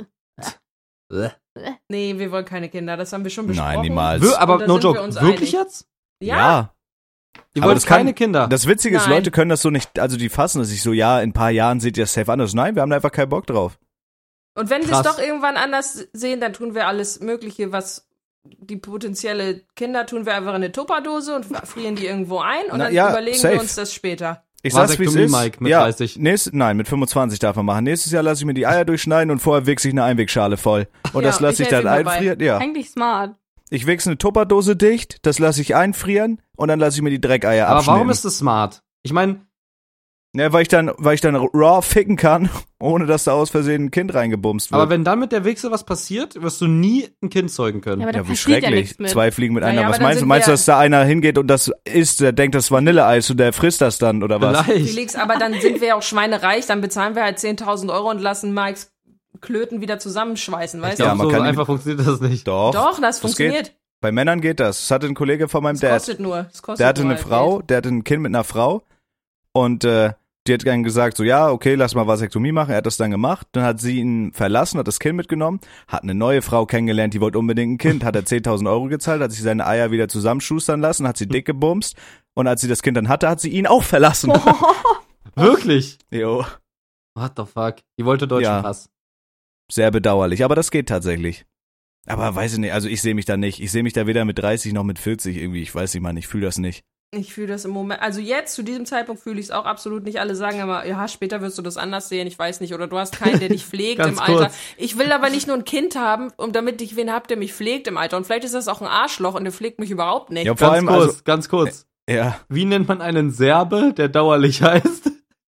Nee, wir wollen keine Kinder, das haben wir schon besprochen. Nein, niemals. Aber Und da no sind wir joke. uns Wirklich einig. jetzt? Ja. Ihr Aber wollt das kann- keine Kinder. Das Witzige ist, Nein. Leute können das so nicht, also die fassen es sich so, ja, in ein paar Jahren seht ihr das safe anders. Nein, wir haben da einfach keinen Bock drauf. Und wenn wir es Krass. doch irgendwann anders sehen, dann tun wir alles Mögliche, was die potenzielle Kinder tun wir einfach in eine Tupperdose und frieren die irgendwo ein und Na, dann ja, überlegen safe. wir uns das später. Ich sag's, wie es Vasektomie, ist. Mike, mit ja, 30. Nein, mit 25 darf man machen. Nächstes Jahr lasse ich mir die Eier durchschneiden und vorher wichse ich eine Einwegschale voll. Und Ja, das lasse ich ich dann helfe ihm dabei. einfrieren. Ja. Eigentlich smart. Ich wichse eine Tupperdose dicht, das lasse ich einfrieren und dann lasse ich mir die Dreckeier Aber abschneiden. warum ist das smart? Ich meine, Ja, weil ich dann raw ficken kann, ohne dass da aus Versehen ein Kind reingebumst wird. aber wenn dann mit der Wichse was passiert, wirst du nie ein Kind zeugen können. Ja, aber da Ja, wie passiert ja schrecklich. nichts mit. Zwei Fliegen mit Naja, einer. aber Was dann meinst du? sind Meinst du, wir- dass da einer hingeht und das isst, der denkt, das ist Vanilleeis und der frisst das dann oder was? Vielleicht. Felix, aber dann sind wir ja auch schweinereich, dann bezahlen wir halt 10.000 € und lassen Mikes Klöten wieder zusammenschweißen, weißt Ja, du? man so kann einfach funktioniert das nicht. Doch. Doch, das funktioniert. Bei Männern geht das. Das hatte ein Kollege von meinem Das Dad. kostet nur. Das kostet Der hatte nur eine halt Frau, Geld. der hatte ein Kind mit einer Frau und die hat dann gesagt, so ja, okay, lass mal Vasektomie machen. Er hat das dann gemacht, dann hat sie ihn verlassen, hat das Kind mitgenommen, hat eine neue Frau kennengelernt, die wollte unbedingt ein Kind, hat er 10.000 € gezahlt, hat sich seine Eier wieder zusammenschustern lassen, hat sie dick gebumst und als sie das Kind dann hatte, hat sie ihn auch verlassen. Wirklich? Jo, What the fuck? Die wollte deutschen Ja. Pass. sehr bedauerlich, aber das geht tatsächlich. Aber weiß ich nicht, also ich sehe mich da nicht. Ich sehe mich da weder mit 30 noch mit 40 irgendwie. Ich weiß nicht, Mann, ich fühle das nicht. Ich fühle das im Moment, also jetzt, zu diesem Zeitpunkt fühle ich es auch absolut nicht. Alle sagen immer, ja, später wirst du das anders sehen, ich weiß nicht. Oder du hast keinen, der dich pflegt Ganz im Alter. kurz. Ich will aber nicht nur ein Kind haben, damit ich wen hab, der mich pflegt im Alter. Und vielleicht ist das auch ein Arschloch und der pflegt mich überhaupt nicht. Ja, vor allem, Ganz kurz. ja, Wie nennt man einen Serbe, der dauerlich heißt?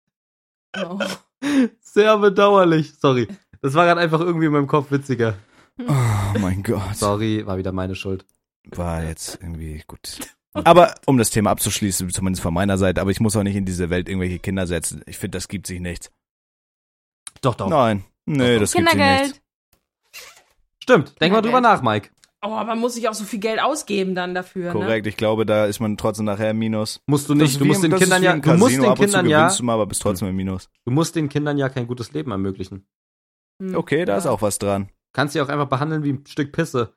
Oh. Serbe dauerlich. Sorry. Das war gerade einfach irgendwie in meinem Kopf witziger. oh mein Gott. Sorry, war wieder meine Schuld. War jetzt irgendwie gut. Aber um das Thema abzuschließen, zumindest von meiner Seite, aber ich muss auch nicht in diese Welt irgendwelche Kinder setzen. Ich finde, das gibt sich nichts. Doch. Nein, nee, das gibt sich nichts. Kindergeld. Stimmt. Denk mal Kindergeld. drüber nach, Mike. Oh, aber muss ich auch so viel Geld ausgeben dann dafür, ne? Korrekt, ich glaube, da ist man trotzdem nachher im Minus. Musst du Das nicht. ist Du wie musst im- den das ist Kindern wie ja, im du musst Casino. den Ab und zu Kindern ja, gewinnst du mal, aber bist trotzdem im Minus. du musst den Kindern ja kein gutes Leben ermöglichen. Hm. Okay, da ist auch was dran. Kannst sie auch einfach behandeln wie ein Stück Pisse.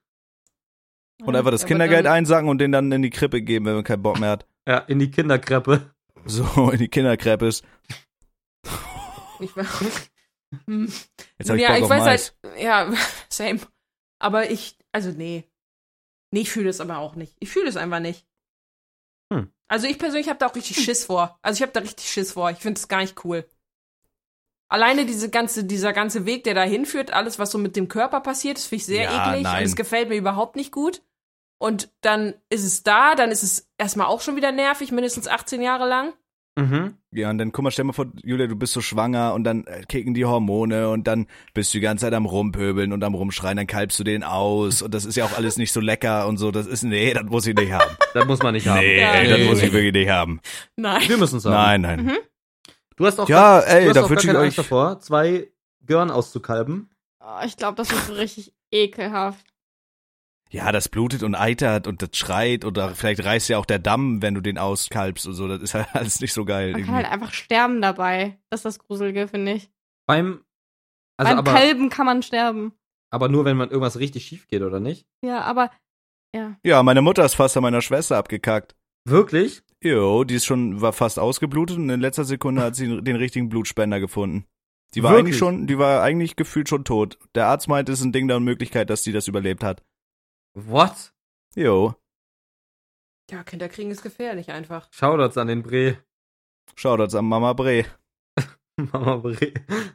Und einfach das Ja, aber Kindergeld dann- einsacken und den dann in die Krippe geben, wenn man keinen Bock mehr hat. Ja, in die Kinderkreppe. So, in die Kinderkreppe ist. Ich war, Jetzt hab ich Ja, Bock ich auf weiß Mais. halt, ja, same. Aber nee. Nee, ich fühle es aber auch nicht. Ich fühle es einfach nicht. Also ich persönlich habe da auch richtig Schiss vor. Ich finde es gar nicht cool. Alleine dieser ganze Weg, der da hinführt, alles, was so mit dem Körper passiert, das finde ich sehr Ja, eklig nein. und es gefällt mir überhaupt nicht gut. Und dann ist es da, dann ist es erstmal auch schon wieder nervig, mindestens 18 Jahre lang. Ja, und dann guck mal, stell mal vor, Julia, du bist so schwanger und dann kicken die Hormone und dann bist du die ganze Zeit am Rumpöbeln und am Rumschreien, dann kalbst du den aus und das ist ja auch alles nicht so lecker und so, das muss ich nicht haben. Das muss man nicht haben. Nee, Ja, das nee. muss ich wirklich nicht haben. Nein. Wir müssen es haben. Nein. Du hast auch Ja, gar, ey, du hast da auch wünsch gar ich keine euch- Angst davor, 2 Görn auszukalben. Oh, ich glaube, das ist so richtig ekelhaft. Ja, das blutet und eitert und das schreit oder vielleicht reißt ja auch der Damm, wenn du den auskalbst und so, das ist halt alles nicht so geil. Man kann irgendwie. halt einfach sterben dabei. Das ist das Gruselige, finde ich. Beim Beim Kalben kann man sterben. aber nur, wenn man irgendwas richtig schief geht, oder nicht? Ja, aber, ja. Ja, meine Mutter ist fast an meiner Schwester abgekackt. Wirklich? Jo, war fast ausgeblutet und in letzter Sekunde hat sie den richtigen Blutspender gefunden. Die war Wirklich? die war eigentlich gefühlt schon tot. Der Arzt meinte, es ist ein Ding der Unmöglichkeit, dass die das überlebt hat. What? Jo, Ja, Kinder kriegen ist gefährlich einfach. Shoutouts an den Bre. Shoutouts an Mama Bre. Mama Bre.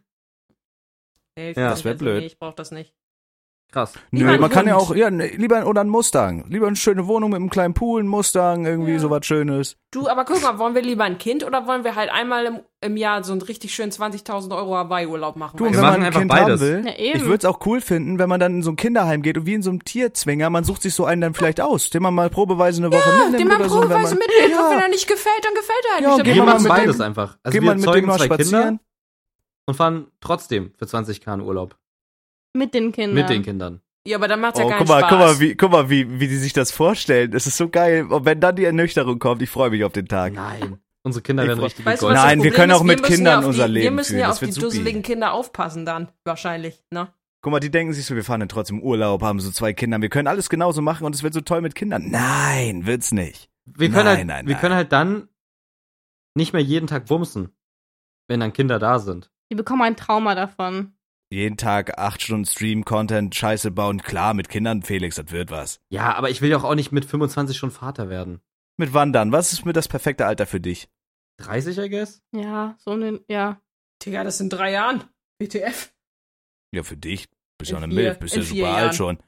Nee, Ja, das wär blöd. Nee, ich brauch das nicht. Krass. Lieber Nö, ein man kann ja Hund. auch, lieber oder ein Mustang. Lieber eine schöne Wohnung mit einem kleinen Pool, ein Mustang, irgendwie Ja. sowas Schönes. Du, aber guck mal, wollen wir lieber ein Kind oder wollen wir halt einmal im Jahr so einen richtig schönen 20.000 € Hawaii-Urlaub machen? Du, und weißt wenn machen man ein einfach Kind beides. haben will, Ja, eben. ich würde es auch cool finden, wenn man dann in so ein Kinderheim geht und wie in so einem Tierzwinger, man sucht sich so einen dann vielleicht aus, den man mal probeweise eine Woche du? mitnimmt Den man oder so. probeweise mitnimmt, und wenn er nicht gefällt, dann gefällt er halt Ja, nicht. und Dann geh Wir mal braucht machen mit man- beides dem- einfach. Also Geh wir mal mit dem zeugen mal 2 Kinder spazieren. und fahren trotzdem für 20k in Urlaub. Mit den Kindern. Mit den Kindern. Ja, aber dann macht's ja Oh, keinen guck mal, Spaß. guck mal, wie die sich das vorstellen. Das ist so geil. Und wenn dann die Ernüchterung kommt, ich freue mich auf den Tag. Nein. Unsere Kinder Ich werden freu- richtig Weißt du, was gegolten. das Nein, wir Problem können ist? auch mit müssen ja Kindern auf die- unser Leben Wir müssen führen. ja Das auf die wird supi. dusseligen Kinder aufpassen dann, wahrscheinlich, ne? Guck mal, die denken sich so, wir fahren dann trotzdem Urlaub, haben so 2 Kinder. Wir können alles genauso machen und es wird so toll mit Kindern. Nein, wird's nicht. Wir können Nein, halt, nein, wir nein. können halt dann nicht mehr jeden Tag bumsen, wenn dann Kinder da sind. Die bekommen ein Trauma davon. Jeden Tag 8 Stunden Stream-Content, Scheiße bauen. Klar, mit Kindern, Felix, das wird was. Ja, aber ich will ja auch nicht mit 25 schon Vater werden. Mit Wandern, was ist mit das perfekte Alter für dich? 30, I guess? Ja, so eine, ja. Digga, das sind 3 Jahren. WTF. Ja, für dich. Bist ja In auch eine 4 Milf, bist ja in super 4 alt Jahren. schon.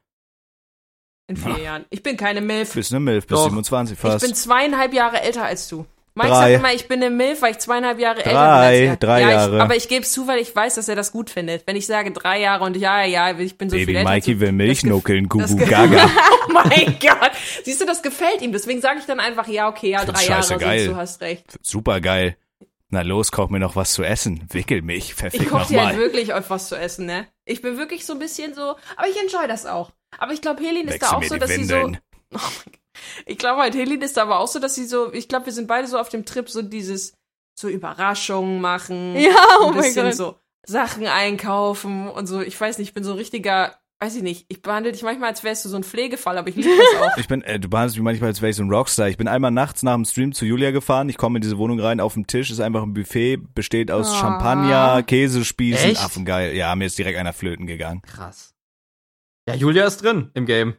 In 4 Jahren. Ich bin keine Milf. Bist eine Milf, bist Doch. 27 Ich fast. bin 2,5 Jahre älter als du. Mike 3. sagt immer, ich bin eine Milf, weil ich 2,5 Jahre älter bin 3, als er. 3 ja, Jahre. Aber ich gebe es zu, weil ich weiß, dass er das gut findet. Wenn ich sage 3 Jahre und ja, ich bin so viel Baby älter. Mikey als du, will Milch das gef- nuckeln, das Gugu ge- Gaga. Oh mein Gott. Siehst du, das gefällt ihm. Deswegen sage ich dann einfach, ja, okay, ja, Find's 3 Jahre scheiße geil. sind, du hast recht. Super geil. Na los, koch mir noch was zu essen. Wickel mich, Ich verfick koche dir halt nochmal. wirklich auf was zu essen, ne? Ich bin wirklich so ein bisschen so, aber ich enjoy das auch. Aber ich glaube, Helin ist da Wechsel auch mir so, die dass sie so, Windeln. oh mein Gott. Ich glaube halt, Helin ist da aber auch so, dass sie so, ich glaube, wir sind beide so auf dem Trip, so dieses, so Überraschungen machen. Ja, oh ein mein bisschen Gott. so Sachen einkaufen und so. Ich weiß nicht, ich bin so ein richtiger, weiß ich nicht, ich behandle dich manchmal, als wärst du so ein Pflegefall, aber ich liebe das auch. Du behandelst mich manchmal, als wäre ich so ein Rockstar. Ich bin einmal nachts nach dem Stream zu Julia gefahren. Ich komme in diese Wohnung rein, auf dem Tisch ist einfach ein Buffet, besteht aus Ah. Champagner, Käsespießen, Echt? affengeil. Ja, mir ist direkt einer flöten gegangen. Krass. Ja, Julia ist drin im Game.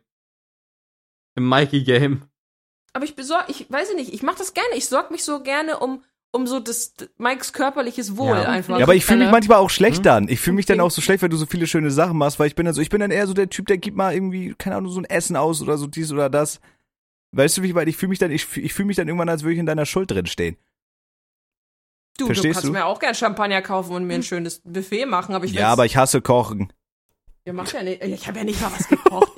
Im Mikey-Game. Aber ich weiß nicht, ich mache das gerne. Ich sorge mich so gerne um so Mikes körperliches Wohl Ja. einfach. Ja, aber ich fühle mich manchmal auch schlecht Hm? dann. Ich fühle mich dann Okay. auch so schlecht, wenn du so viele schöne Sachen machst, weil ich bin dann eher so der Typ, der gibt mal irgendwie, keine Ahnung, so ein Essen aus oder so dies oder das. Weißt du, wie ich meine? Ich fühle mich dann irgendwann, als würde ich in deiner Schuld drin stehen. du verstehst kannst du? mir auch gern Champagner kaufen und mir ein schönes Buffet machen, aber ich Ja, aber ich hasse Kochen. Ihr macht ja nicht. Ich habe ja nicht mal was gekocht.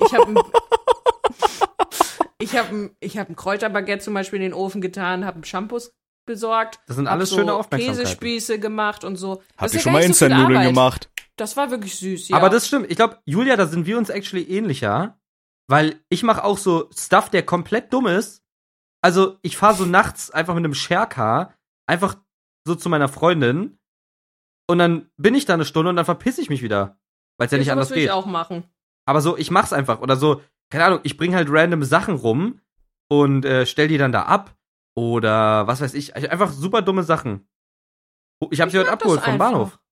Ich habe ein Kräuterbaguette zum Beispiel in den Ofen getan, habe Shampoos besorgt. Das sind hab alles so schöne Aufmerksamkeiten. Käsespieße gemacht und so. Hab Das ich ist schon ja mal gar nicht so viel Instant-Nudeln Arbeit. gemacht. Das war wirklich süß, ja. Aber das stimmt. Ich glaube, Julia, da sind wir uns actually ähnlicher. Weil ich mache auch so Stuff, der komplett dumm ist. Also, ich fahre so nachts einfach mit einem Sharecar einfach so zu meiner Freundin. Und dann bin ich da eine Stunde und dann verpiss ich mich wieder. Weil es ja nicht sowas anders würde ich geht. auch machen. Aber so, ich mach's einfach. Oder so, keine Ahnung, ich bring halt random Sachen rum und stell die dann da ab. Oder was weiß ich. Einfach super dumme Sachen. Ich hab sie heute mag das abgeholt vom einfach. Bahnhof.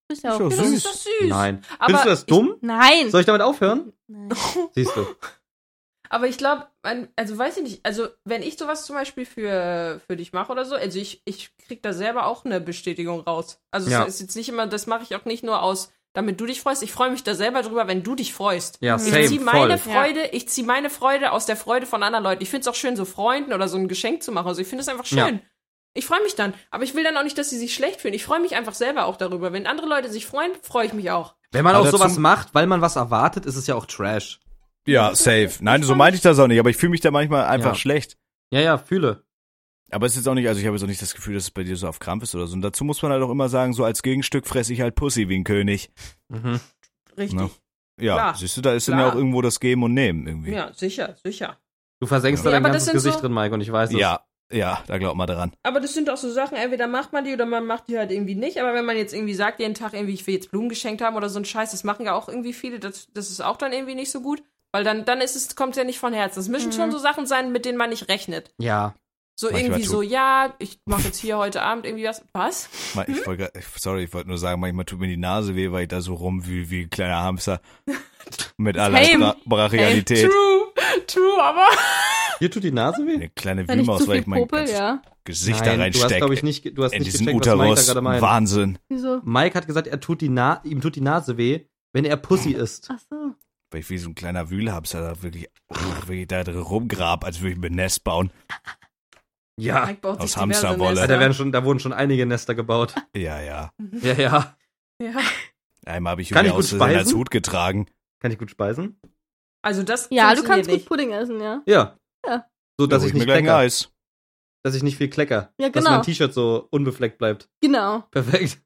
Ist ja auch Ist doch süß. Das ist doch süß. Nein. Aber Findest du das dumm? Nein. Soll ich damit aufhören? Nein. Siehst du. Aber ich glaube, also weiß ich nicht, also wenn ich sowas zum Beispiel für dich mache oder so, also ich krieg da selber auch eine Bestätigung raus. Also Ja. es ist jetzt nicht immer, das mache ich auch nicht nur aus, damit du dich freust. Ich freue mich da selber drüber, wenn du dich freust. Ja, Ich same, ziehe meine voll. Freude, meine Freude aus der Freude von anderen Leuten. Ich finde es auch schön, so Freunden oder so ein Geschenk zu machen. Also ich finde es einfach schön. Ja. Ich freue mich dann. Aber ich will dann auch nicht, dass sie sich schlecht fühlen. Ich freue mich einfach selber auch darüber. Wenn andere Leute sich freuen, freue ich mich auch. Wenn man Aber auch sowas dazu- macht, weil man was erwartet, ist es ja auch Trash. Ja, safe. Nein, so meinte ich das auch nicht, aber ich fühle mich da manchmal einfach Ja. schlecht. Ja, fühle. Aber es ist jetzt auch nicht, also ich habe jetzt auch nicht das Gefühl, dass es bei dir so auf Krampf ist oder so. Und dazu muss man halt auch immer sagen, so als Gegenstück fresse ich halt Pussy wie ein König. Mhm. Richtig. Ne? Ja, Klar. siehst du, da ist dann Klar. ja auch irgendwo das Geben und Nehmen irgendwie. Ja, sicher. Du versenkst Ja, da dein aber das ganzes sind Gesicht so- drin, Mike, und ich weiß es. Ja, da glaubt man dran. Aber das sind auch so Sachen, entweder macht man die oder man macht die halt irgendwie nicht. Aber wenn man jetzt irgendwie sagt, jeden Tag irgendwie, ich will jetzt Blumen geschenkt haben oder so ein Scheiß, das machen ja auch irgendwie viele, das ist auch dann irgendwie nicht so gut. Weil dann kommt ja nicht von Herzen. Das müssen schon so Sachen sein, mit denen man nicht rechnet. Ja. So Manchmal irgendwie so, ja, ich mache jetzt hier heute Abend irgendwie was. Was? Ich wollte nur sagen, manchmal tut mir die Nase weh, weil ich da so rumwühl wie ein kleiner Hamster. Mit aller Brachialität. True, aber. Dir tut die Nase weh? Eine kleine Wenn ich Wühlmaus, zu weil viel ich mein popel, ganzes ja. Gesicht da Du hast, reinstecke. glaube ich, nicht, du hast In nicht diesen gecheckt, was Mike da Uterus. gerade meint. Wahnsinn. Wieso? Mike hat gesagt, ihm tut die Nase weh, wenn er Pussy isst. Ach so. Weil ich wie so ein kleiner Wühlhamster da wirklich da drin rumgrab, als würde ich mir ein Nest bauen. Ja. Mike baut Aus sich diverse Hamsterwolle. Nester. Da wurden schon einige Nester gebaut. Ja. Ja. Ja. Einmal habe ich Kann Julia ich gut aus Versehen als speisen? Hut getragen. Kann ich gut speisen? Also das Ja, du funktioniert kannst gut nicht. Pudding essen, ja. Ja. Ja. So, dass Da hol ich mir nicht gleich ein klecker. Eis. Dass ich nicht viel klecker. Ja, Dass genau. mein T-Shirt so unbefleckt bleibt. Genau. Perfekt.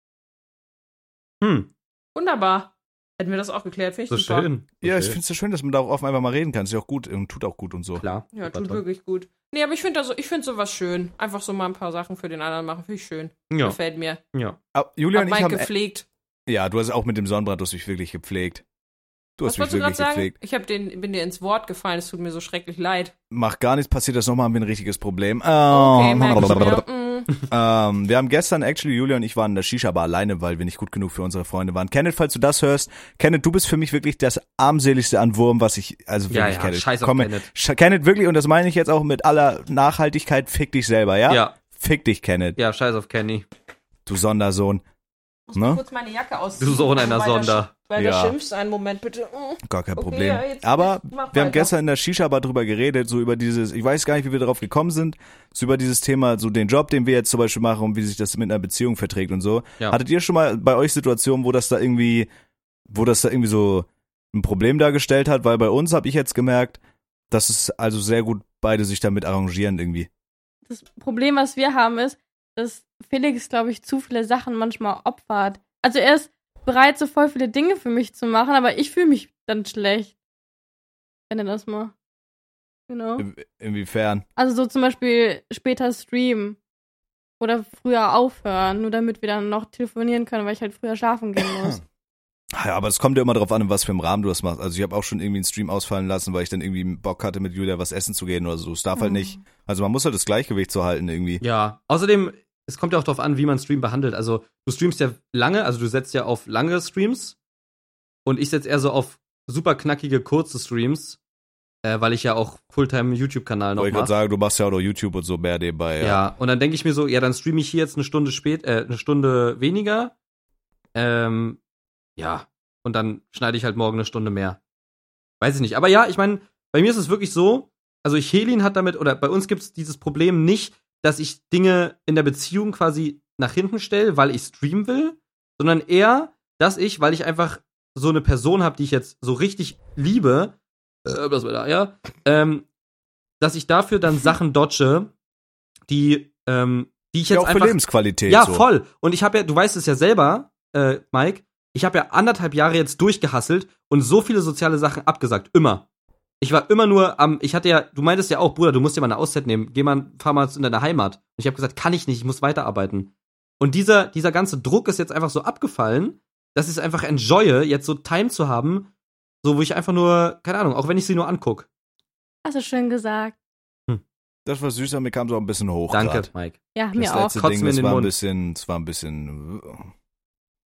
Wunderbar. Hätten wir das auch geklärt, finde So ich super. schön. So Ja, ich schön. finde es ja schön, dass man da auch offen einfach mal reden kann. Ist ja auch gut und tut auch gut und so. Klar. Ja, Super tut toll. wirklich gut. Nee, aber ich finde sowas schön. Einfach so mal ein paar Sachen für den anderen machen, finde ich schön. Ja. Gefällt mir. Ja. Aber Julia Hab und ich Mike haben. gepflegt. Ja, du hast auch mit dem Sonnenbrand, du hast mich wirklich gepflegt. Du Was hast mich wolltest du gerade wirklich sagen? gepflegt. Ich bin dir ins Wort gefallen, es tut mir so schrecklich leid. Macht gar nichts, passiert das nochmal, haben wir ein richtiges Problem. Okay, merke ich mir. Wir haben gestern, Julia und ich waren in der Shisha-Bar alleine, weil wir nicht gut genug für unsere Freunde waren. Kenneth, falls du das hörst, Kenneth, du bist für mich wirklich das armseligste an Wurm, was ich, also wirklich Ja, Kenneth. scheiß auf Komm, Kenneth. Kenneth, wirklich, und das meine ich jetzt auch mit aller Nachhaltigkeit, fick dich selber, ja? Ja. Fick dich, Kenneth, Ja, scheiß auf Kenny. du Sondersohn. Ich muss mal Ne? kurz meine Jacke ausziehen. Du Sohn einer Weil der Sonder. Weil Ja. der schimpft, einen Moment bitte. Gar kein Okay, Problem. ja, jetzt Aber mach wir weiter. haben gestern in der Shisha-Bar drüber geredet, so über dieses, ich weiß gar nicht, wie wir darauf gekommen sind, so über dieses Thema, so den Job, den wir jetzt zum Beispiel machen und wie sich das mit einer Beziehung verträgt und so. Ja. Hattet ihr schon mal bei euch Situationen, wo das da irgendwie so ein Problem dargestellt hat? Weil bei uns habe ich jetzt gemerkt, dass es also sehr gut beide sich damit arrangieren irgendwie. Das Problem, was wir haben, ist, dass Felix, glaube ich, zu viele Sachen manchmal opfert. Also er ist bereit, so voll viele Dinge für mich zu machen, aber ich fühle mich dann schlecht, wenn er das macht. Genau. Inwiefern? Also so zum Beispiel später streamen oder früher aufhören, nur damit wir dann noch telefonieren können, weil ich halt früher schlafen gehen muss. Ja, aber es kommt ja immer darauf an, in was für einem Rahmen du das machst. Also ich habe auch schon irgendwie einen Stream ausfallen lassen, weil ich dann irgendwie Bock hatte, mit Julia was essen zu gehen oder so. Es darf halt nicht. Also man muss halt das Gleichgewicht so halten irgendwie. Ja. Außerdem, es kommt ja auch darauf an, wie man Stream behandelt. Also, du streamst ja lange, also du setzt ja auf lange Streams. Und ich setze eher so auf super knackige, kurze Streams. Weil ich ja auch Fulltime-YouTube-Kanal noch Wollte ich gerade mache. sagen, du machst ja auch noch YouTube und so mehr nebenbei. Ja, und dann denke ich mir so, ja, dann streame ich hier jetzt eine Stunde weniger. Ja, und dann schneide ich halt morgen eine Stunde mehr. Weiß ich nicht. Aber ja, ich meine, bei mir ist es wirklich so, also Helin hat damit, oder bei uns gibt es dieses Problem nicht, dass ich Dinge in der Beziehung quasi nach hinten stelle, weil ich streamen will, sondern eher, dass ich, weil ich einfach so eine Person habe, die ich jetzt so richtig liebe, was war da, ja, dass ich dafür dann Sachen dodge, die ich Ja, jetzt auch für einfach Lebensqualität. ja, so. voll. Und ich habe ja, du weißt es ja selber, Mike, ich habe ja 1,5 Jahre jetzt durchgehasselt und so viele soziale Sachen abgesagt. Immer. Ich war immer nur ich hatte ja, du meintest ja auch, Bruder, du musst dir mal eine Auszeit nehmen. Fahr mal in deine Heimat. Und ich habe gesagt, kann ich nicht, ich muss weiterarbeiten. Und dieser ganze Druck ist jetzt einfach so abgefallen, dass ich es einfach enjoye, jetzt so Time zu haben, so wo ich einfach nur, keine Ahnung, auch wenn ich sie nur anguck. Hast du schön gesagt. Das war süß, aber mir kam es auch ein bisschen hoch. Danke, grad. Mike. Ja, Das mir auch. letzte Kotzt Ding, mir in das den war Mund. ein bisschen,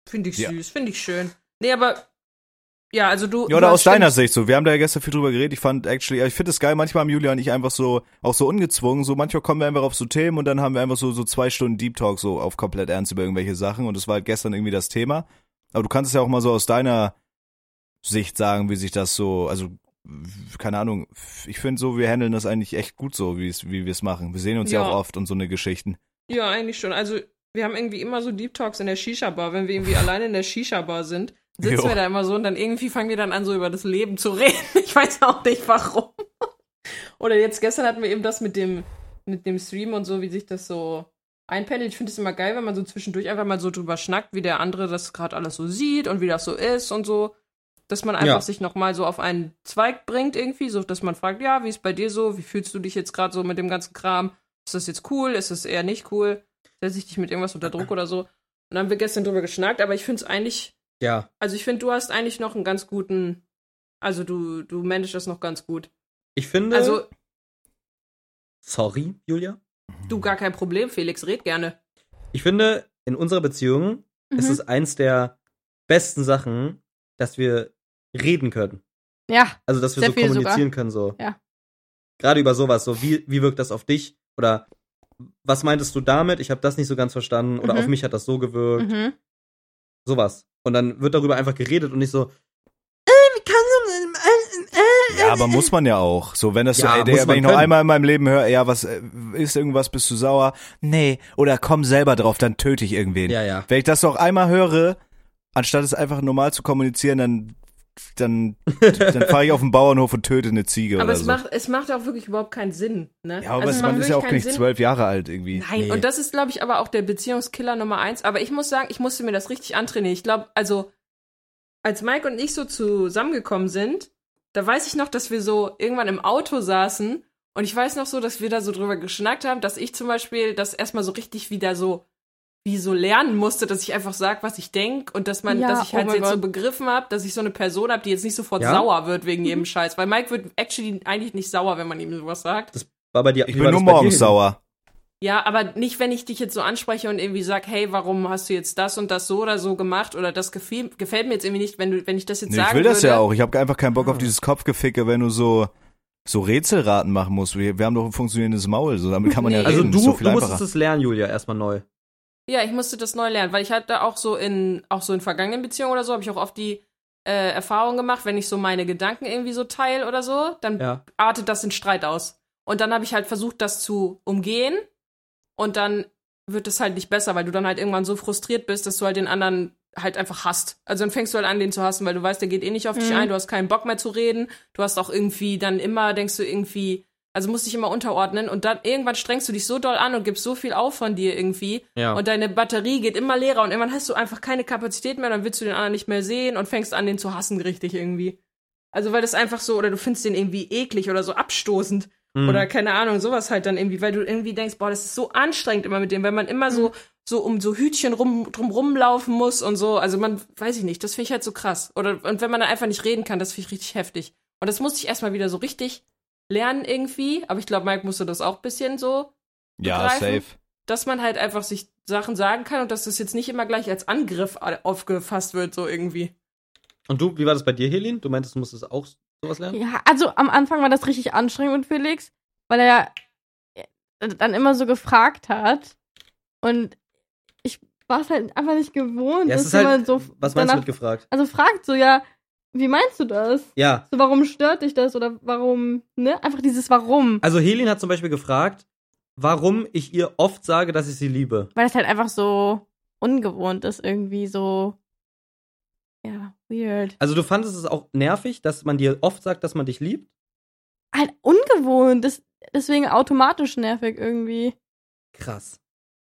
Finde ich Ja. süß, finde ich schön. Nee, aber, ja, also du. Ja, oder du aus deiner hast Sicht so. Wir haben da ja gestern viel drüber geredet. Ich finde es geil, manchmal haben Julia und ich einfach so, auch so ungezwungen, so manchmal kommen wir einfach auf so Themen und dann haben wir einfach so 2 Stunden Deep Talk so auf komplett ernst über irgendwelche Sachen und das war halt gestern irgendwie das Thema. Aber du kannst es ja auch mal so aus deiner Sicht sagen, wie sich das so, also, keine Ahnung, ich finde so, wir handeln das eigentlich echt gut so, wie wir es machen. Wir sehen uns ja Ja. auch oft und so eine Geschichten. Ja, eigentlich schon. Also, wir haben irgendwie immer so Deep Talks in der Shisha-Bar. Wenn wir irgendwie alleine in der Shisha-Bar sind, sitzen Jo. wir da immer so und dann irgendwie fangen wir dann an, so über das Leben zu reden. Ich weiß auch nicht, warum. Oder jetzt gestern hatten wir eben das mit dem Stream und so, wie sich das so einpendelt. Ich finde es immer geil, wenn man so zwischendurch einfach mal so drüber schnackt, wie der andere das gerade alles so sieht und wie das so ist und so. Dass man einfach sich nochmal so auf einen Zweig bringt irgendwie, so dass man fragt, ja, wie ist bei dir so? Wie fühlst du dich jetzt gerade so mit dem ganzen Kram? Ist das jetzt cool? Ist das eher nicht cool? Setze ich dich mit irgendwas unter Druck oder so? Und dann haben wir gestern drüber geschnackt, aber ich finde es eigentlich, Ja. also ich finde, du hast eigentlich noch einen ganz guten, also du managst das noch ganz gut. Ich finde. Also, Sorry, Julia. du gar kein Problem, Felix, red gerne. Ich finde, in unserer Beziehung ist Mhm. es eins der besten Sachen, dass wir reden können. Ja, Also, dass wir Sehr so viel kommunizieren sogar. können, so. Ja. Gerade über sowas, so, wie wirkt das auf dich? Oder was meintest du damit? Ich habe das nicht so ganz verstanden. Oder Mhm. auf mich hat das so gewirkt. mhm. Sowas. Und dann wird darüber einfach geredet und nicht so, Ja, aber muss man ja auch. So, wenn das Ja, so, muss man wenn ich noch können. einmal in meinem Leben höre, ja, was, ist irgendwas, bist du sauer? Nee, oder komm selber drauf, dann töte ich irgendwen. ja. Wenn ich das noch einmal höre, anstatt es einfach normal zu kommunizieren, dann fahre ich auf den Bauernhof und töte eine Ziege Aber oder es so. macht auch wirklich überhaupt keinen Sinn, ne? Ja, aber Also es man macht ist ja auch wirklich nicht keinen Sinn. 12 Jahre alt irgendwie. Nein, Nee. und das ist, glaube ich, aber auch der Beziehungskiller Nummer 1. Aber ich muss sagen, ich musste mir das richtig antrainieren. Ich glaube, also, als Mike und ich so zusammengekommen sind, da weiß ich noch, dass wir so irgendwann im Auto saßen und ich weiß noch so, dass wir da so drüber geschnackt haben, dass ich zum Beispiel das erstmal so richtig wieder so, wie so lernen musste, dass ich einfach sag, was ich denk und dass Ja, dass ich oh halt mein jetzt so Gott. begriffen habe, dass ich so eine Person habe, die jetzt nicht sofort Ja? sauer wird wegen jedem Scheiß. Weil Mike wird actually eigentlich nicht sauer, wenn man ihm sowas sagt. war bei dir. Ich wie war bin nur das bei dir, morgens Heli? sauer. Ja, aber nicht, wenn ich dich jetzt so anspreche und irgendwie sag, hey, warum hast du jetzt das und das so oder so gemacht oder das gefällt mir jetzt irgendwie nicht, wenn ich das jetzt Nee, sagen ich will das würde. ja auch. Ich habe einfach keinen Bock auf dieses Kopfgeficke, wenn du so Rätselraten machen musst. Wir haben doch ein funktionierendes Maul, so damit kann man ja Nee. Also reden. Das ist du so viel musstest einfacher. es lernen, Julia, erstmal neu. Ja, ich musste das neu lernen, weil ich hatte auch so in vergangenen Beziehungen oder so, habe ich auch oft die Erfahrung gemacht, wenn ich so meine Gedanken irgendwie so teile oder so, dann Ja. artet das in Streit aus. Und dann habe ich halt versucht, das zu umgehen und dann wird es halt nicht besser, weil du dann halt irgendwann so frustriert bist, dass du halt den anderen halt einfach hasst. Also dann fängst du halt an, den zu hassen, weil du weißt, der geht eh nicht auf dich ein, du hast keinen Bock mehr zu reden, du hast auch irgendwie dann immer, denkst du irgendwie, also musst dich immer unterordnen und dann irgendwann strengst du dich so doll an und gibst so viel auf von dir irgendwie Ja. und deine Batterie geht immer leerer und irgendwann hast du einfach keine Kapazität mehr, dann willst du den anderen nicht mehr sehen und fängst an, den zu hassen richtig irgendwie. Also weil das einfach so, oder du findest den irgendwie eklig oder so abstoßend oder keine Ahnung, sowas halt dann irgendwie, weil du irgendwie denkst, boah, das ist so anstrengend immer mit dem, wenn man immer so um so Hütchen drum rumlaufen muss und so, also man, weiß ich nicht, das finde ich halt so krass. Und wenn man dann einfach nicht reden kann, das finde ich richtig heftig. Und das musste ich erstmal wieder so richtig lernen irgendwie, aber ich glaube, Mike musste das auch ein bisschen so Ja, begreifen, safe. dass man halt einfach sich Sachen sagen kann und dass das jetzt nicht immer gleich als Angriff aufgefasst wird, so irgendwie. Und du, wie war das bei dir, Helin? Du meintest, du musstest auch sowas lernen? Ja, also am Anfang war das richtig anstrengend mit Felix, weil er dann immer so gefragt hat und ich war es halt einfach nicht gewohnt, Ja, es dass ist halt, jemand so was meinst du danach, mit gefragt? also fragt so, ja, wie meinst du das? Ja, So, warum stört dich das oder warum, ne? Einfach dieses Warum. also Helin hat zum Beispiel gefragt, warum ich ihr oft sage, dass ich sie liebe. Weil das halt einfach so ungewohnt ist, irgendwie so, ja, weird. Also du fandest es auch nervig, dass man dir oft sagt, dass man dich liebt? Halt ungewohnt, deswegen automatisch nervig irgendwie. Krass.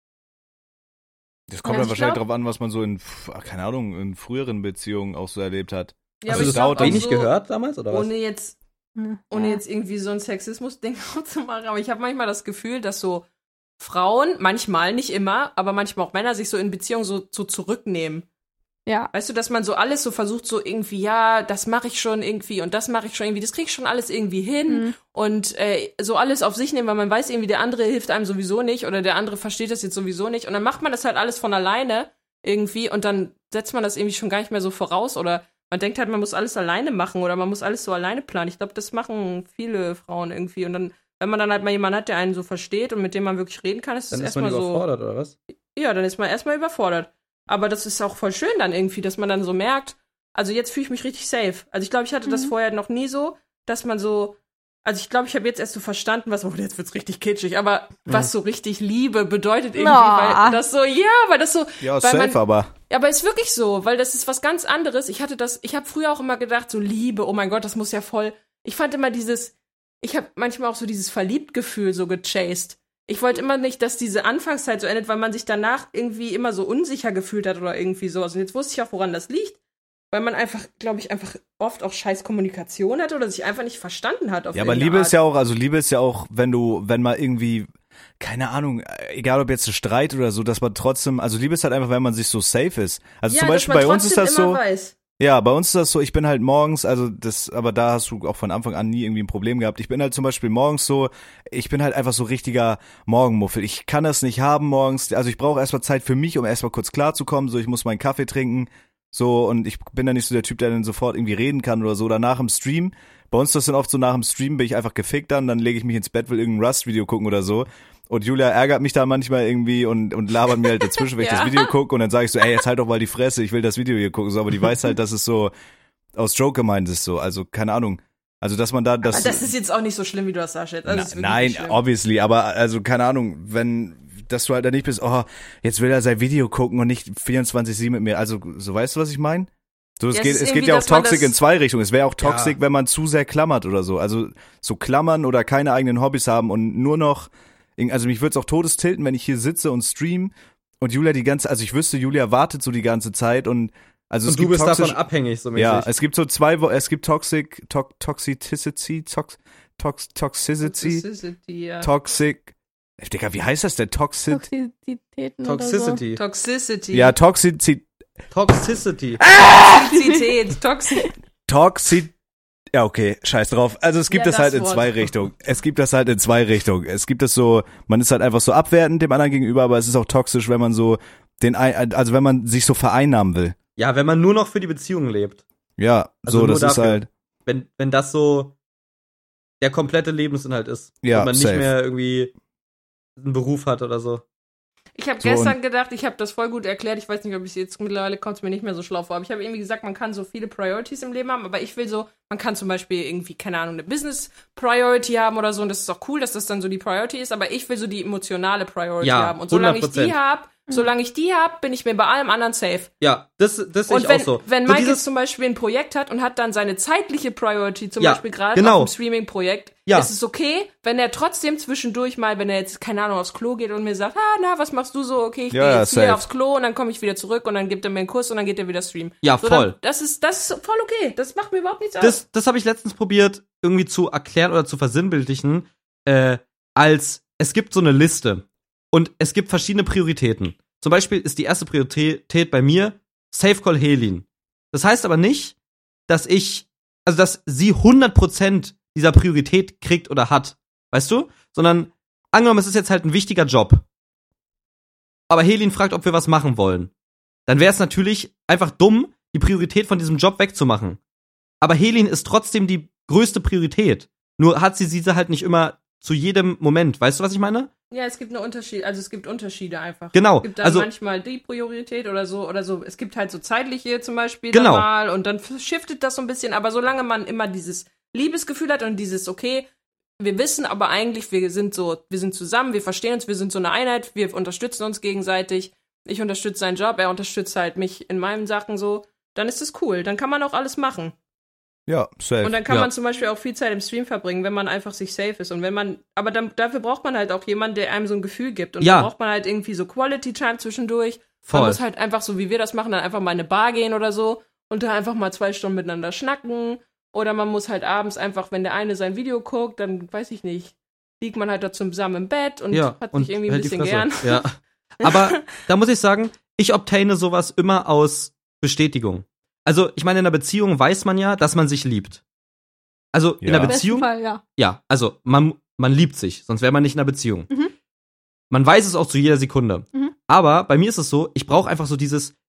Das kommt Ja, dann ich wahrscheinlich glaub- drauf an, was man so keine Ahnung, in früheren Beziehungen auch so erlebt hat. Ja, Hast aber du ich das glaub auch wenig so, gehört damals, oder was? Ohne jetzt irgendwie so ein Sexismus-Ding zu machen, aber ich habe manchmal das Gefühl, dass so Frauen, manchmal, nicht immer, aber manchmal auch Männer sich so in Beziehungen so zurücknehmen. Ja. Weißt du, dass man so alles so versucht, so irgendwie, ja, das mache ich schon irgendwie und das mache ich schon irgendwie, das krieg ich schon alles irgendwie hin und so alles auf sich nehmen, weil man weiß irgendwie, der andere hilft einem sowieso nicht oder der andere versteht das jetzt sowieso nicht und dann macht man das halt alles von alleine irgendwie und dann setzt man das irgendwie schon gar nicht mehr so voraus oder man denkt halt, man muss alles alleine machen oder man muss alles so alleine planen. Ich glaube, das machen viele Frauen irgendwie und dann, wenn man dann halt mal jemanden hat, der einen so versteht und mit dem man wirklich reden kann, ist das erstmal so. Dann ist man überfordert, oder was? Ja, dann ist man erstmal überfordert. Aber das ist auch voll schön dann irgendwie, dass man dann so merkt, also jetzt fühle ich mich richtig safe. Also ich glaube, ich hatte das vorher noch nie so, dass man so, also ich glaube, ich habe jetzt erst so verstanden, jetzt wird's richtig kitschig, aber was so richtig Liebe bedeutet irgendwie, weil das so, Ja, weil safe, aber. Aber ist wirklich so, weil das ist was ganz anderes. Ich habe früher auch immer gedacht, so Liebe, oh mein Gott, das muss ja voll, ich fand immer ich habe manchmal auch so dieses Verliebtgefühl so gechased. Ich wollte immer nicht, dass diese Anfangszeit so endet, weil man sich danach irgendwie immer so unsicher gefühlt hat oder irgendwie sowas. Und jetzt wusste ich auch, woran das liegt. Weil man einfach, glaube ich, einfach oft auch scheiß Kommunikation hatte oder sich einfach nicht verstanden hat. Ja, aber Liebe ist ja auch, wenn mal irgendwie, keine Ahnung, egal ob jetzt ein Streit oder so, dass man trotzdem, also Liebe ist halt einfach, wenn man sich so safe ist. Also zum Beispiel bei uns ist das so. Ja, bei uns ist das so, ich bin halt morgens, aber da hast du auch von Anfang an nie irgendwie ein Problem gehabt. Ich bin halt zum Beispiel morgens so, ich bin halt einfach so richtiger Morgenmuffel. Ich kann das nicht haben morgens, also ich brauche erstmal Zeit für mich, um erstmal kurz klarzukommen, so ich muss meinen Kaffee trinken, so und ich bin dann nicht so der Typ, der dann sofort irgendwie reden kann oder so, oder nach dem Stream. Bei uns ist das dann oft so, nach dem Stream bin ich einfach gefickt dann lege ich mich ins Bett, will irgendein Rust-Video gucken oder so. Und Julia ärgert mich da manchmal irgendwie und labert mir halt dazwischen, wenn ich das Video gucke und dann sage ich so, ey, jetzt halt doch mal die Fresse, ich will das Video hier gucken, so, aber die weiß halt, dass es so aus Joke gemeint ist, so, also keine Ahnung. Also, dass man da das. Aber das ist jetzt auch nicht so schlimm, wie du das sagst. Also nein, obviously, aber also keine Ahnung, dass du halt da nicht bist, oh, jetzt will er sein Video gucken und nicht 24/7 mit mir. Also, so weißt du, was ich meine? So, es geht ja auch toxisch in zwei Richtungen. Es wäre auch toxisch, wenn man zu sehr klammert oder so. Also, so klammern oder keine eigenen Hobbys haben und nur noch, also mich würde es auch todes tilten, wenn ich hier sitze und stream und Julia also ich wüsste, Julia wartet so die ganze Zeit und also es du gibt bist davon abhängig, so mäßig. Ja, es gibt so Toxicity, ja. Toxic, Digga, wie heißt das denn? Toxicity. Ja, Toxicity. Ja, okay, scheiß drauf. Also es gibt das halt in zwei Richtungen. Es gibt das so, man ist halt einfach so abwertend dem anderen gegenüber, aber es ist auch toxisch, wenn man so also wenn man sich so vereinnahmen will. Ja, wenn man nur noch für die Beziehung lebt. Ja, also so, das dafür, ist halt. Wenn das so der komplette Lebensinhalt ist. Ja, und man safe. nicht mehr irgendwie einen Beruf hat oder so. Ich habe gestern gedacht, ich habe das voll gut erklärt. Ich weiß nicht, ob ich jetzt mittlerweile kommt es mir nicht mehr so schlau vor. Aber ich habe irgendwie gesagt, man kann so viele Priorities im Leben haben. Aber ich will so, man kann zum Beispiel irgendwie, keine Ahnung, eine Business-Priority haben oder so. Und das ist auch cool, dass das dann so die Priority ist. Aber ich will so die emotionale Priority haben. Und solange 100%. ich die habe, bin ich mir bei allem anderen safe. Ja, das sehe ich auch so. Wenn Mike jetzt zum Beispiel ein Projekt hat und hat dann seine zeitliche Priority, zum Beispiel gerade auf dem Streaming-Projekt, ist es okay, wenn er trotzdem zwischendurch mal, wenn er jetzt, keine Ahnung, aufs Klo geht und mir sagt, was machst du so? Okay, ich gehe jetzt hier aufs Klo und dann komme ich wieder zurück und dann gibt er mir einen Kuss und dann geht er wieder streamen. Ja, so, voll. Das ist voll okay. Das macht mir überhaupt nichts aus. Das habe ich letztens probiert, irgendwie zu erklären oder zu versinnbildlichen, als es gibt so eine Liste und es gibt verschiedene Prioritäten. Zum Beispiel ist die erste Priorität bei mir Safe Call Helin. Das heißt aber nicht, dass sie 100% dieser Priorität kriegt oder hat. Weißt du? Sondern, angenommen, es ist jetzt halt ein wichtiger Job. Aber Helin fragt, ob wir was machen wollen. Dann wäre es natürlich einfach dumm, die Priorität von diesem Job wegzumachen. Aber Helin ist trotzdem die größte Priorität. Nur hat sie diese halt nicht immer zu jedem Moment. Weißt du, was ich meine? Ja, es gibt Unterschiede einfach. Genau. Es gibt dann manchmal die Priorität oder so. Es gibt halt so zeitliche zum Beispiel dann mal und dann shiftet das so ein bisschen. Aber solange man immer dieses Liebesgefühl hat und dieses, okay, wir wissen aber eigentlich, wir sind zusammen, wir verstehen uns, wir sind so eine Einheit, wir unterstützen uns gegenseitig. Ich unterstütze seinen Job, er unterstützt halt mich in meinen Sachen so. Dann ist es cool. Dann kann man auch alles machen. Ja, safe. Und dann kann man zum Beispiel auch viel Zeit im Stream verbringen, wenn man einfach sich safe ist. Und aber dafür braucht man halt auch jemanden, der einem so ein Gefühl gibt. Und da braucht man halt irgendwie so Quality Time zwischendurch. Voll. Man muss halt einfach so, wie wir das machen, dann einfach mal in eine Bar gehen oder so und da einfach mal 2 Stunden miteinander schnacken. Oder man muss halt abends einfach, wenn der eine sein Video guckt, dann, weiß ich nicht, liegt man halt da zusammen im Bett und hat sich irgendwie ein bisschen gern. Ja. Aber da muss ich sagen, ich obtaine sowas immer aus Bestätigung. Also, ich meine, in einer Beziehung weiß man ja, dass man sich liebt. Also, in einer Beziehung. Im besten Fall, ja, also, man liebt sich, sonst wäre man nicht in einer Beziehung. Mhm. Man weiß es auch zu jeder Sekunde. Mhm. Aber bei mir ist es so, ich brauche einfach so dieses,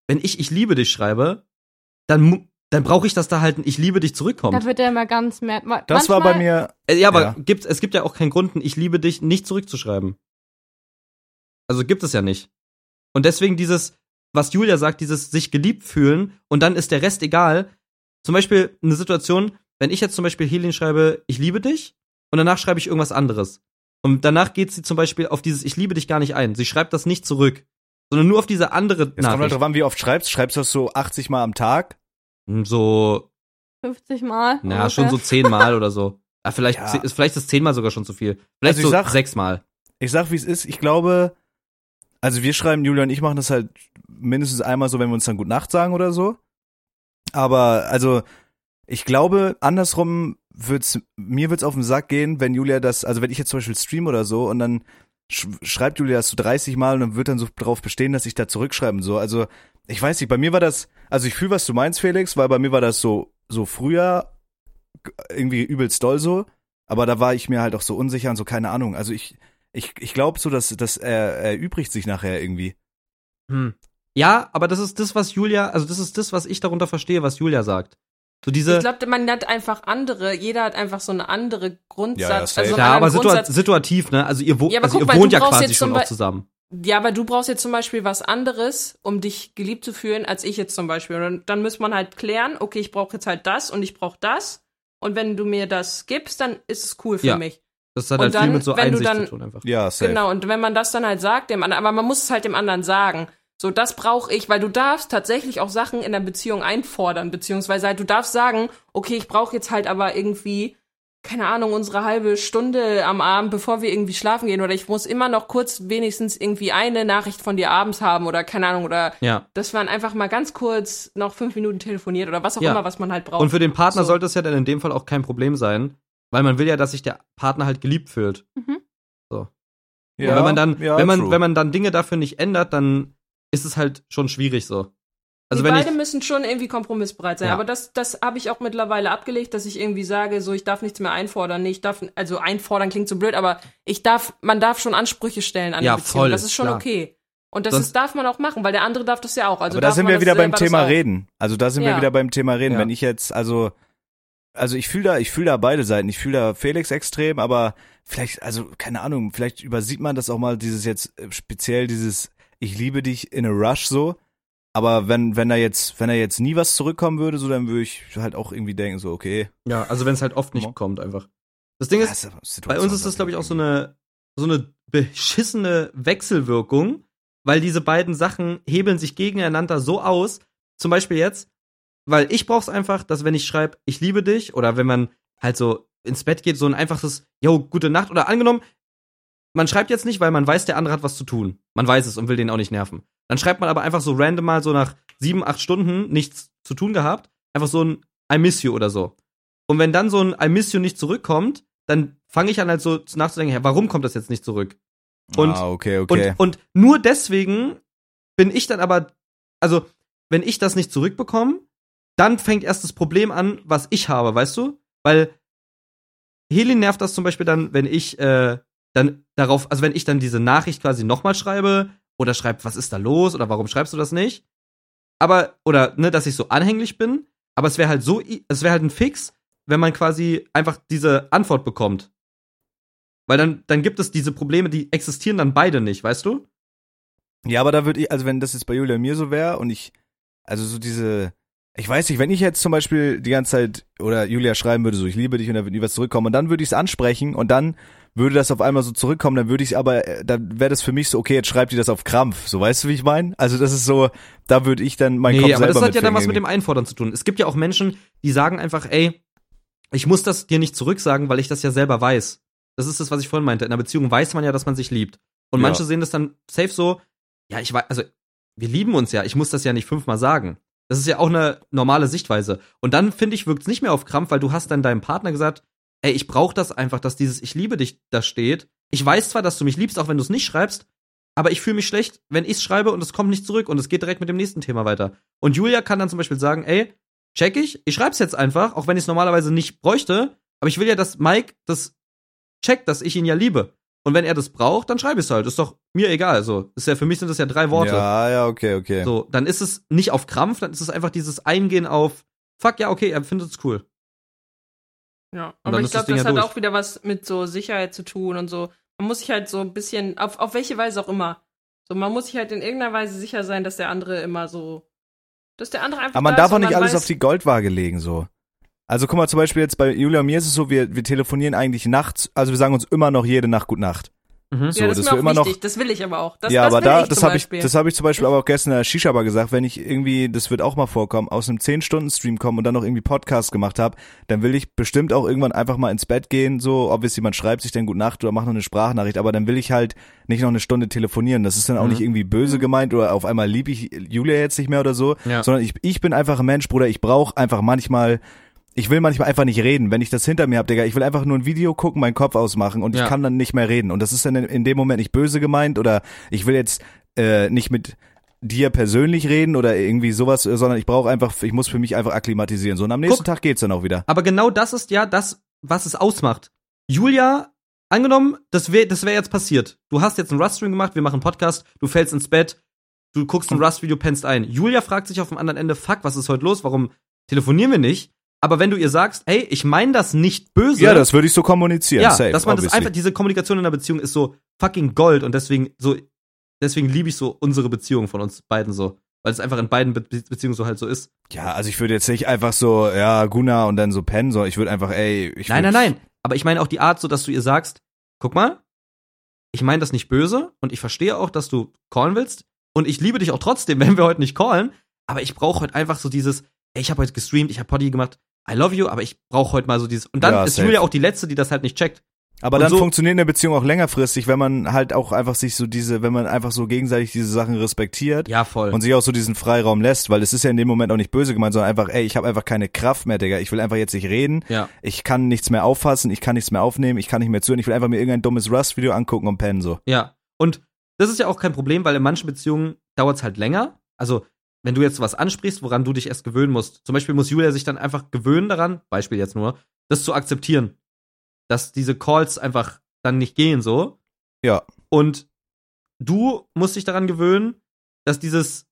wenn ich liebe dich schreibe, dann brauche ich, dass da halt ein ich liebe dich zurückkommt. Da wird er immer ganz mehr. Das war bei mir. Ja, aber Ja. es gibt ja auch keinen Grund, ein ich liebe dich nicht zurückzuschreiben. Also gibt es ja nicht. Und deswegen dieses, was Julia sagt, dieses sich geliebt fühlen und dann ist der Rest egal. Zum Beispiel eine Situation, wenn ich jetzt zum Beispiel Helin schreibe, ich liebe dich und danach schreibe ich irgendwas anderes. Und danach geht sie zum Beispiel auf dieses ich liebe dich gar nicht ein. Sie schreibt das nicht zurück, sondern nur auf diese andere Es kommt halt Nachricht. drauf an, wie oft schreibst. Schreibst du das so 80 Mal am Tag? So, 50 Mal. na, ungefähr. schon so 10 Mal oder so. Ja, vielleicht Ja. ist 10 Mal sogar schon zu viel. Vielleicht Also ich so sag- 6 Mal. Ich sag, wie es ist. Ich glaube, also wir schreiben, Julia und ich machen das halt mindestens einmal so, wenn wir uns dann Gute Nacht sagen oder so. Aber, also, ich glaube, andersrum mir wird's auf den Sack gehen, wenn Julia das, also wenn ich jetzt zum Beispiel stream oder so und dann schreibt Julia das so 30 Mal und dann wird dann so drauf bestehen, dass ich da zurückschreiben so. Also, ich weiß nicht, bei mir war das, also ich fühle, was du meinst, Felix, weil bei mir war das so früher irgendwie übelst doll so, aber da war ich mir halt auch so unsicher und so, keine Ahnung. Also ich glaube so, dass er erübrigt sich nachher irgendwie. Ja, aber das ist das, was Julia, also das ist das, was ich darunter verstehe, was Julia sagt. So diese. Ich glaube, man hat einfach jeder hat einfach so eine andere Grundsatz. Ja, safe. also einen Ja, aber anderen Grundsatz. situativ, ne? Also ihr, Ja, aber also guck ihr mal, wohnt du ja brauchst quasi jetzt schon zum auch Be- zusammen. Ja, aber du brauchst jetzt zum Beispiel was anderes, um dich geliebt zu fühlen, als ich jetzt zum Beispiel. Und dann muss man halt klären, okay, ich brauche jetzt halt das und ich brauche das. Und wenn du mir das gibst, dann ist es cool für Ja. mich. Das hat Und halt viel dann, mit so wenn du Einsicht dann- zu tun einfach. Ja, safe. Genau, und wenn man das dann halt sagt, dem anderen, aber man muss es halt dem anderen sagen. So, das brauche ich, weil du darfst tatsächlich auch Sachen in der Beziehung einfordern, beziehungsweise halt, du darfst sagen, okay, ich brauche jetzt halt aber irgendwie, keine Ahnung, unsere halbe Stunde am Abend, bevor wir irgendwie schlafen gehen, oder ich muss immer noch kurz wenigstens irgendwie eine Nachricht von dir abends haben, oder keine Ahnung, oder Ja. dass man einfach mal ganz kurz noch 5 Minuten telefoniert, oder was auch Ja. immer, was man halt braucht. Und für den Partner So. sollte es ja dann in dem Fall auch kein Problem sein, weil man will ja, dass sich der Partner halt geliebt fühlt. Ja, Und wenn man dann, ja, wenn true. man dann Dinge dafür nicht ändert, dann ist es halt schon schwierig so. Also Die wenn beide ich, müssen schon irgendwie kompromissbereit sein. Ja. Aber das habe ich auch mittlerweile abgelegt, dass ich irgendwie sage, so, ich darf nichts mehr einfordern. Nee, also einfordern klingt so blöd, aber man darf schon Ansprüche stellen an Ja, die Beziehung. voll, Das ist schon klar. okay. Und Sonst- darf man auch machen, weil der andere darf das ja auch. Also Aber da darf sind man wir das wieder beim selber das Thema auch. Reden. Also da sind wir Ja. wieder beim Thema Reden. Ja. Wenn ich jetzt, also ich fühle da beide Seiten. Ich fühle da Felix extrem, aber vielleicht, also keine Ahnung, vielleicht übersieht man das auch mal, dieses jetzt speziell dieses ich liebe dich in a rush so. Aber wenn da jetzt nie was zurückkommen würde, so dann würde ich halt auch irgendwie denken so, okay. ja, also wenn es halt oft nicht Mo- kommt einfach. Das Ding ist, das ist bei uns ist das, glaube ich, auch so eine beschissene Wechselwirkung, weil diese beiden Sachen hebeln sich gegeneinander so aus. Zum Beispiel jetzt, weil ich brauch's einfach, dass wenn ich schreibe, ich liebe dich, oder wenn man halt so ins Bett geht, so ein einfaches, yo, gute Nacht, oder angenommen, man schreibt jetzt nicht, weil man weiß, der andere hat was zu tun. Man weiß es und will den auch nicht nerven. Dann schreibt man aber einfach so random mal so nach 7, 8 Stunden nichts zu tun gehabt, einfach so ein I miss you oder so. Und wenn dann so ein I miss you nicht zurückkommt, dann fange ich an halt so nachzudenken, ja, warum kommt das jetzt nicht zurück? Und, okay. und nur deswegen bin ich dann aber, also, wenn ich das nicht zurückbekomme, dann fängt erst das Problem an, was ich habe, weißt du? Weil Helin nervt das zum Beispiel dann, wenn ich dann darauf, also wenn ich dann diese Nachricht quasi nochmal schreibe oder schreibe, was ist da los oder warum schreibst du das nicht? Aber, oder, ne, dass ich so anhänglich bin, aber es wäre halt ein Fix, wenn man quasi einfach diese Antwort bekommt. Weil dann gibt es diese Probleme, die existieren dann beide nicht, weißt du? Ja, aber da würde ich, also wenn das jetzt bei Julia und mir so wäre und ich weiß nicht, wenn ich jetzt zum Beispiel die ganze Zeit oder Julia schreiben würde, so ich liebe dich und dann würde nie was zurückkommen und dann würde ich es ansprechen und dann würde das auf einmal so zurückkommen, dann würde ich aber, dann wäre das für mich so, okay, jetzt schreibt die das auf Krampf, so weißt du, wie ich meine? Also das ist so, da würde ich dann meinen Kopf Nee, aber selber das hat ja dann was mitficken mit dem Einfordern zu tun. Es gibt ja auch Menschen, die sagen einfach, ey, ich muss das dir nicht zurücksagen, weil ich das ja selber weiß. Das ist das, was ich vorhin meinte. In einer Beziehung weiß man ja, dass man sich liebt. Und Ja. manche sehen das dann safe so, ja, ich weiß, also wir lieben uns ja, ich muss das ja nicht 5-mal sagen. Das ist ja auch eine normale Sichtweise. Und dann, finde ich, wirkt es nicht mehr auf Krampf, weil du hast dann deinem Partner gesagt, ey, ich brauche das einfach, dass dieses Ich liebe dich da steht. Ich weiß zwar, dass du mich liebst, auch wenn du es nicht schreibst, aber ich fühle mich schlecht, wenn ich es schreibe und es kommt nicht zurück und es geht direkt mit dem nächsten Thema weiter. Und Julia kann dann zum Beispiel sagen, ey, check ich schreib's jetzt einfach, auch wenn ich es normalerweise nicht bräuchte, aber ich will ja, dass Mike das checkt, dass ich ihn ja liebe. Und wenn er das braucht, dann schreibe ich es halt. Ist doch mir egal. So, ist ja, für mich sind das ja 3 Worte. Ja, okay. So, dann ist es nicht auf Krampf, dann ist es einfach dieses Eingehen auf, fuck, ja, okay, er findet es cool. Ja, Und aber dann ich ist das glaube, Ding das ja hat durch. auch wieder was mit so Sicherheit zu tun und so. Man muss sich halt so ein bisschen, auf welche Weise auch immer. So, man muss sich halt in irgendeiner Weise sicher sein, dass der andere immer so, dass der andere einfach Aber man da darf ist auch und nicht man alles weiß, auf die Goldwaage legen, so. Also guck mal, zum Beispiel jetzt bei Julia und mir ist es so, wir telefonieren eigentlich nachts, also wir sagen uns immer noch jede Nacht Gute Nacht. Mhm. So, ja, das dass ist mir wir auch immer wichtig, noch, das will ich aber auch. Das, ja, das aber will ich das zum habe ich, Beispiel. das habe ich zum Beispiel aber auch gestern in der Shisha-Bar gesagt, wenn ich irgendwie, das wird auch mal vorkommen, aus einem 10-Stunden-Stream komme und dann noch irgendwie Podcast gemacht habe, dann will ich bestimmt auch irgendwann einfach mal ins Bett gehen, so, ob es jemand schreibt sich dann Gute Nacht oder macht noch eine Sprachnachricht, aber dann will ich halt nicht noch eine Stunde telefonieren. Das ist dann auch nicht irgendwie böse gemeint oder auf einmal liebe ich Julia jetzt nicht mehr oder so, Ja. sondern ich bin einfach ein Mensch, Bruder, ich brauche einfach manchmal, ich will manchmal einfach nicht reden, wenn ich das hinter mir hab, Digga. Ich will einfach nur ein Video gucken, meinen Kopf ausmachen und ich Ja. kann dann nicht mehr reden. Und das ist dann in dem Moment nicht böse gemeint oder ich will jetzt nicht mit dir persönlich reden oder irgendwie sowas, sondern ich muss für mich einfach akklimatisieren. So, und am nächsten Tag geht's dann auch wieder. Aber genau das ist ja das, was es ausmacht. Julia, angenommen, das wär jetzt passiert. Du hast jetzt einen Rust-Stream gemacht, wir machen einen Podcast, du fällst ins Bett, du guckst ein Rust-Video, pennst ein. Julia fragt sich auf dem anderen Ende, fuck, was ist heute los? Warum telefonieren wir nicht? Aber wenn du ihr sagst, hey, ich meine das nicht böse. Ja, das würde ich so kommunizieren. ja, safe, dass man das obviously. einfach, diese Kommunikation in einer Beziehung ist so fucking Gold und deswegen liebe ich so unsere Beziehung von uns beiden so. Weil es einfach in beiden Beziehungen so halt so ist. Ja, also ich würde jetzt nicht einfach so, ja, Guna und dann so pennen, sondern ich würde einfach, Nein. Aber ich meine auch die Art so, dass du ihr sagst, guck mal, ich meine das nicht böse und ich verstehe auch, dass du callen willst und ich liebe dich auch trotzdem, wenn wir heute nicht callen, aber ich brauche heute einfach so dieses, ey, ich habe heute gestreamt, ich habe Poddy gemacht, I love you, aber ich brauche heute mal so dieses, und dann Ja, ist safe. Julia auch die Letzte, die das halt nicht checkt. Aber Und dann so- funktioniert eine Beziehung auch längerfristig, wenn man halt auch einfach sich so wenn man einfach so gegenseitig diese Sachen respektiert. Ja, voll. Und sich auch so diesen Freiraum lässt, weil es ist ja in dem Moment auch nicht böse gemeint, sondern einfach, ey, ich habe einfach keine Kraft mehr, Digga. Ich will einfach jetzt nicht reden. Ja. Ich kann nichts mehr auffassen, ich kann nichts mehr aufnehmen, ich kann nicht mehr zuhören. Ich will einfach mir irgendein dummes Rust-Video angucken und pennen so. Ja. Und das ist ja auch kein Problem, weil in manchen Beziehungen dauert es halt länger. Also, wenn du jetzt was ansprichst, woran du dich erst gewöhnen musst. Zum Beispiel muss Julia sich dann einfach gewöhnen daran, Beispiel jetzt nur, das zu akzeptieren. Dass diese Calls einfach dann nicht gehen so. Ja. Und du musst dich daran gewöhnen, dass dieses,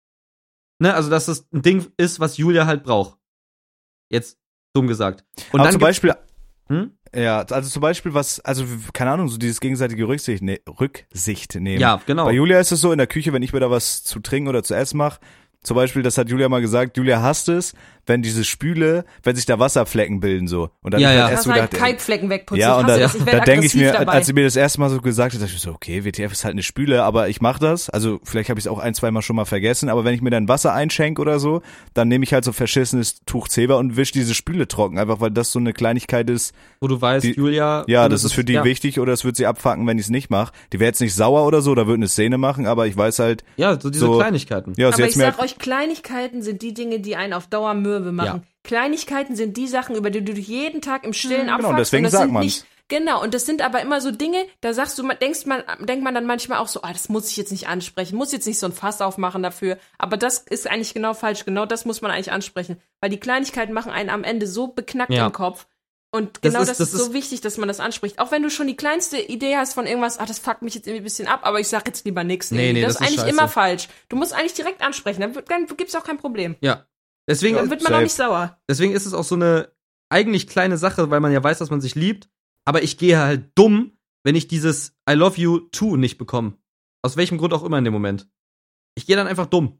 also dass das ein Ding ist, was Julia halt braucht. Jetzt dumm gesagt. Und Aber dann zum Beispiel, Hm? ja, also zum Beispiel keine Ahnung, so dieses gegenseitige Rücksicht nehmen. Ja, genau. Bei Julia ist es so, in der Küche, wenn ich mir da was zu trinken oder zu essen mache, zum Beispiel, das hat Julia mal gesagt, Julia hasst es, wenn diese Spüle, wenn sich da Wasserflecken bilden so. Und dann Ja, hab ich ja. halt Du erst hast so halt gedacht, Kalkflecken wegputzen. ja, und Ich da werd denke ich mir, aggressiv dabei. als sie mir das erste Mal so gesagt hat, dachte ich so, okay, WTF ist halt eine Spüle, aber ich mach das. Also vielleicht habe ich es auch 1-2 Mal schon mal vergessen, aber wenn ich mir dann Wasser einschenke oder so, dann nehme ich halt so verschissenes Tuch Zeber und wisch diese Spüle trocken, einfach weil das so eine Kleinigkeit ist. wo du weißt, die- Julia. Ja, das ist für die ja. wichtig oder es wird sie abfacken, wenn ich es nicht mache. Die wäre jetzt nicht sauer oder so, da würde eine Szene machen, aber ich weiß halt, Ja, so diese so- Kleinigkeiten. ja, sie Aber hat's ich mir sag halt, euch, Kleinigkeiten sind die Dinge, die einen auf Dauer mürbe machen. Ja. Kleinigkeiten sind die Sachen, über die du dich jeden Tag im Stillen abfuckst. Genau, deswegen und das sagt sind man's. nicht, genau, und das sind aber immer so Dinge, da sagst du, denkt man dann manchmal auch so, das muss ich jetzt nicht ansprechen, muss jetzt nicht so ein Fass aufmachen dafür. Aber das ist eigentlich genau falsch. Genau das muss man eigentlich ansprechen. Weil die Kleinigkeiten machen einen am Ende so beknackt Ja. im Kopf. Und Das genau ist- das das ist so wichtig, dass man das anspricht. Auch wenn du schon die kleinste Idee hast von irgendwas, das fuckt mich jetzt irgendwie ein bisschen ab, aber ich sag jetzt lieber nichts. Nee, irgendwie. nee, das das ist ist eigentlich scheiße. immer falsch. Du musst eigentlich direkt ansprechen, dann gibt's auch kein Problem. Ja. Deswegen, Dann wird man auch safe. nicht sauer. deswegen ist es auch so eine eigentlich kleine Sache, weil man ja weiß, dass man sich liebt. Aber ich gehe halt dumm, wenn ich dieses I love you too nicht bekomme. Aus welchem Grund auch immer in dem Moment. Ich gehe dann einfach dumm.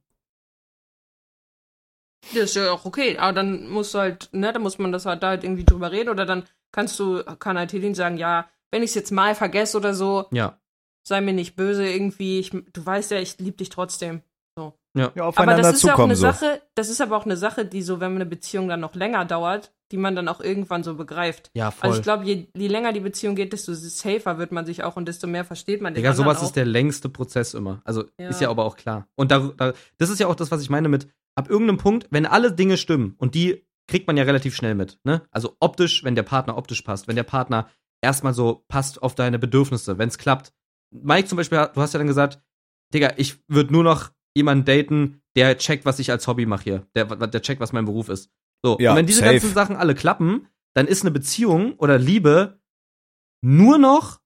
Das ist ja auch okay, aber dann musst du halt, dann muss man das halt da halt irgendwie drüber reden oder dann kann halt Helene sagen, ja, wenn ich es jetzt mal vergesse oder so, Ja. sei mir nicht böse irgendwie, du weißt ja, ich liebe dich trotzdem. ja, Aber aufeinander das ist ja auch zukommen eine so. Sache, das ist aber auch eine Sache, die so, wenn eine Beziehung dann noch länger dauert, die man dann auch irgendwann so begreift. Ja, voll. Also ich glaube, je länger die Beziehung geht, desto safer wird man sich auch und desto mehr versteht man den Digga, anderen sowas auch. ist der längste Prozess immer. Also Ja. ist ja aber auch klar. Und das ist ja auch das, was ich meine mit, ab irgendeinem Punkt, wenn alle Dinge stimmen, und die kriegt man ja relativ schnell mit, ne? Also optisch, wenn der Partner optisch passt, wenn der Partner erstmal so passt auf deine Bedürfnisse, wenn es klappt. Mike zum Beispiel, du hast ja dann gesagt, Digga, ich würde nur noch jemanden daten, der checkt, was ich als Hobby mache hier. Der checkt, was mein Beruf ist. So, Ja, und wenn diese safe. ganzen Sachen alle klappen, dann ist eine Beziehung oder Liebe nur noch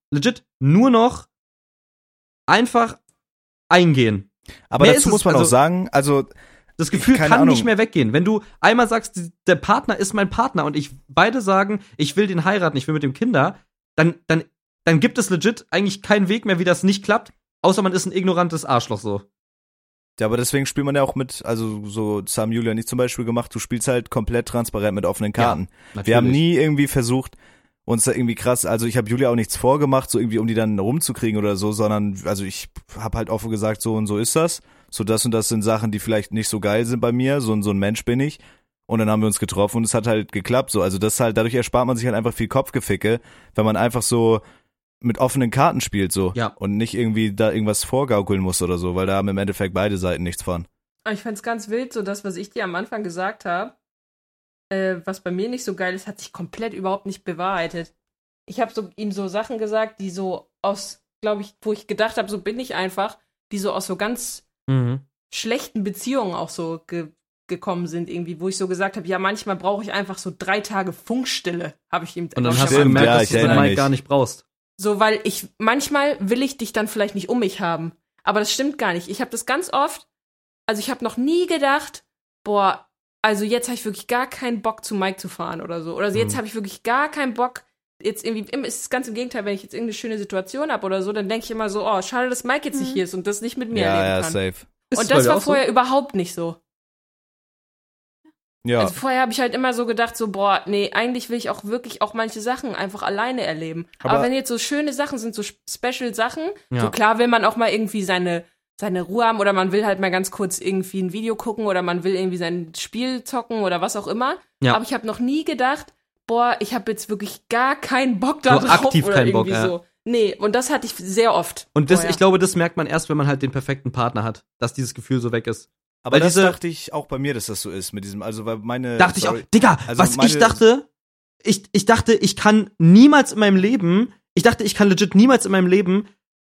legit nur noch einfach eingehen. Aber Mehr dazu ist muss es, man auch also- sagen, also Das Gefühl keine kann Ahnung. nicht mehr weggehen. Wenn du einmal sagst, der Partner ist mein Partner und beide sagen, ich will den heiraten, ich will mit dem Kinder, dann gibt es legit eigentlich keinen Weg mehr, wie das nicht klappt, außer man ist ein ignorantes Arschloch so. ja, aber deswegen spielt man ja auch mit, also so das haben Julia und ich zum Beispiel gemacht, du spielst halt komplett transparent mit offenen Karten. Wir haben nie irgendwie versucht, uns da irgendwie krass, also ich habe Julia auch nichts vorgemacht, so irgendwie, um die dann rumzukriegen oder so, sondern, also ich habe halt offen gesagt, so und so ist das, so das und das sind Sachen, die vielleicht nicht so geil sind bei mir, so ein Mensch bin ich. Und dann haben wir uns getroffen und es hat halt geklappt, so, also das halt, dadurch erspart man sich halt einfach viel Kopfgeficke, wenn man einfach so mit offenen Karten spielt, so. Ja. Und nicht irgendwie da irgendwas vorgaukeln muss oder so, weil da haben im Endeffekt beide Seiten nichts von. Aber ich fand's ganz wild, so das, was ich dir am Anfang gesagt habe, was bei mir nicht so geil ist, hat sich komplett überhaupt nicht bewahrheitet. Ich habe so ihm so Sachen gesagt, die so aus, glaube ich, wo ich gedacht habe, so bin ich einfach, die so aus so ganz schlechten Beziehungen auch so gekommen sind irgendwie, wo ich so gesagt habe, ja, manchmal brauche ich einfach so 3 Tage Funkstille, habe ich ihm Und dann glaub ich, hast du am Stimmt, gemerkt, ja, dass ich du den erinnere Mike mich. gar nicht brauchst. So, weil manchmal will ich dich dann vielleicht nicht um mich haben. Aber das stimmt gar nicht. Ich habe das ganz oft, also ich habe noch nie gedacht, boah, also jetzt habe ich wirklich gar keinen Bock zu Mike zu fahren oder so. Oder jetzt habe ich wirklich gar keinen Bock, jetzt irgendwie, ist es ganz im Gegenteil, wenn ich jetzt irgendeine schöne Situation habe oder so, dann denke ich immer so, oh, schade, dass Mike jetzt nicht hier ist und das nicht mit mir Ja, erleben ja, kann. safe. Und das war vorher überhaupt nicht so. Ja. Also vorher habe ich halt immer so gedacht, so, boah, nee, eigentlich will ich auch wirklich auch manche Sachen einfach alleine erleben. Aber wenn jetzt so schöne Sachen sind, so Special Sachen, Ja. so klar will man auch mal irgendwie seine Ruhe haben oder man will halt mal ganz kurz irgendwie ein Video gucken oder man will irgendwie sein Spiel zocken oder was auch immer. Ja. Aber ich habe noch nie gedacht, boah, ich habe jetzt wirklich gar keinen Bock da So drauf aktiv oder keinen Bock, irgendwie ja. so. Nee, und das hatte ich sehr oft. Und das, vorher. ich glaube, das merkt man erst, wenn man halt den perfekten Partner hat, dass dieses Gefühl so weg ist. Aber weil das diese- dachte ich auch bei mir, dass das so ist mit diesem, also weil meine Dachte ich auch, Sorry. Digga, Also was meine- ich dachte, ich dachte, ich kann niemals in meinem Leben, ich dachte, ich kann legit niemals in meinem Leben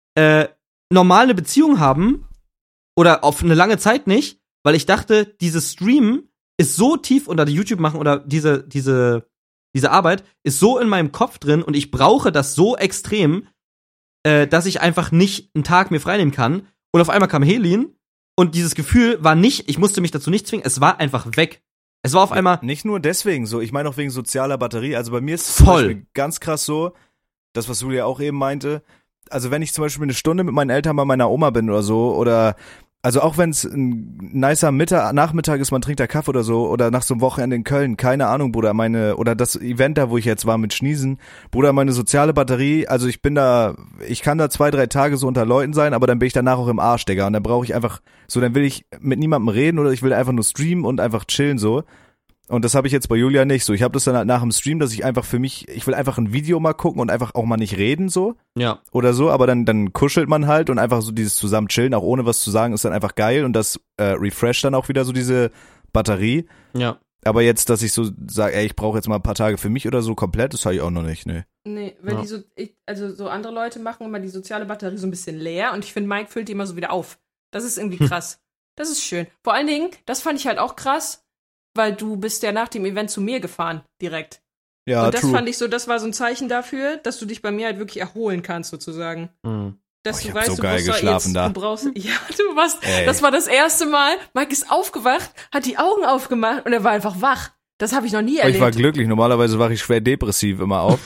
normal eine Beziehung haben oder auf eine lange Zeit nicht, weil ich dachte, dieses Stream ist so tief oder die YouTube machen oder diese Arbeit ist so in meinem Kopf drin und ich brauche das so extrem, dass ich einfach nicht einen Tag mir freinehmen kann. Und auf einmal kam Helin und dieses Gefühl war nicht, ich musste mich dazu nicht zwingen, es war einfach weg. Es war auf einmal, Nicht nur deswegen so, ich meine auch wegen sozialer Batterie. Also bei mir ist es Voll. zum Beispiel ganz krass so, das, was Julia auch eben meinte, also wenn ich zum Beispiel eine Stunde mit meinen Eltern bei meiner Oma bin oder so, oder also auch wenn es ein nicer Nachmittag ist, man trinkt da Kaffee oder so, oder nach so einem Wochenende in Köln, keine Ahnung, Bruder, oder das Event da, wo ich jetzt war mit Schniesen, Bruder, meine soziale Batterie, also ich kann da 2-3 Tage so unter Leuten sein, aber dann bin ich danach auch im Arsch, Digga, und dann brauche ich einfach, so dann will ich mit niemandem reden oder ich will einfach nur streamen und einfach chillen so. Und das habe ich jetzt bei Julia nicht so. Ich habe das dann halt nach dem Stream, dass ich einfach ich will einfach ein Video mal gucken und einfach auch mal nicht reden so ja. oder so, aber dann kuschelt man halt und einfach so dieses zusammen chillen, auch ohne was zu sagen, ist dann einfach geil und das refresht dann auch wieder so diese Batterie. Ja. Aber jetzt, dass ich so sage, ey, ich brauche jetzt mal ein paar Tage für mich oder so komplett, das habe ich auch noch nicht, ne. Nee, weil Ja. so andere Leute machen immer die soziale Batterie so ein bisschen leer und ich finde, Mike füllt die immer so wieder auf. Das ist irgendwie krass. Das ist schön. Vor allen Dingen, das fand ich halt auch krass, weil du bist ja nach dem Event zu mir gefahren, direkt. Ja, und das true. fand ich so, das war so ein Zeichen dafür, dass du dich bei mir halt wirklich erholen kannst, sozusagen. Mhm. Dass ich du hab weißt, so du geil brauchst geschlafen jetzt, da. Du brauchst, ja, du warst, Ey. das war das erste Mal, Mike ist aufgewacht, hat die Augen aufgemacht und er war einfach wach. Das habe ich noch nie Aber ich war erlebt. glücklich, normalerweise wache ich schwer depressiv immer auf.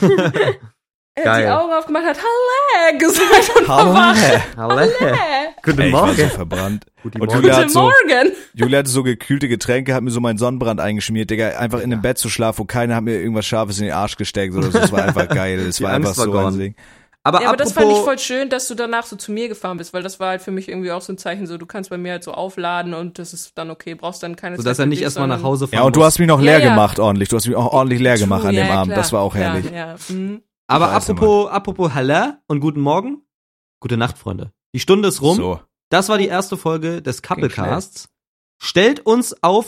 Er hat Geil. die Augen aufgemacht, hat Halle gesagt und war wach. Hallo. Guten Ey, ich war so Morgen. verbrannt. Guten Und Morgen. Julia hat Guten so, Morgen. Julia hatte so gekühlte Getränke, hat mir so meinen Sonnenbrand eingeschmiert, Digga, einfach in einem Bett zu schlafen, wo keiner hat mir irgendwas Scharfes in den Arsch gesteckt oder so. Das war einfach geil. Es Die war einfach Angst war so gone. ein Ding. Aber Ja, aber das fand ich apropos, voll schön, dass du danach so zu mir gefahren bist, weil das war halt für mich irgendwie auch so ein Zeichen, so du kannst bei mir halt so aufladen und das ist dann okay, brauchst dann keine so dass Zeit er für nicht dich, erstmal nach sondern- Hause fahren Ja, und du muss. hast mich noch Ja, leer ja. gemacht ordentlich. Du hast mich auch ordentlich leer gemacht True, an dem ja, Abend. klar. Das war auch herrlich. Ja, ja. Aber Scheiße, apropos Halle und guten Morgen, gute Nacht, Freunde. Die Stunde ist rum. So. Das war die erste Folge des Couplecasts. Stellt uns auf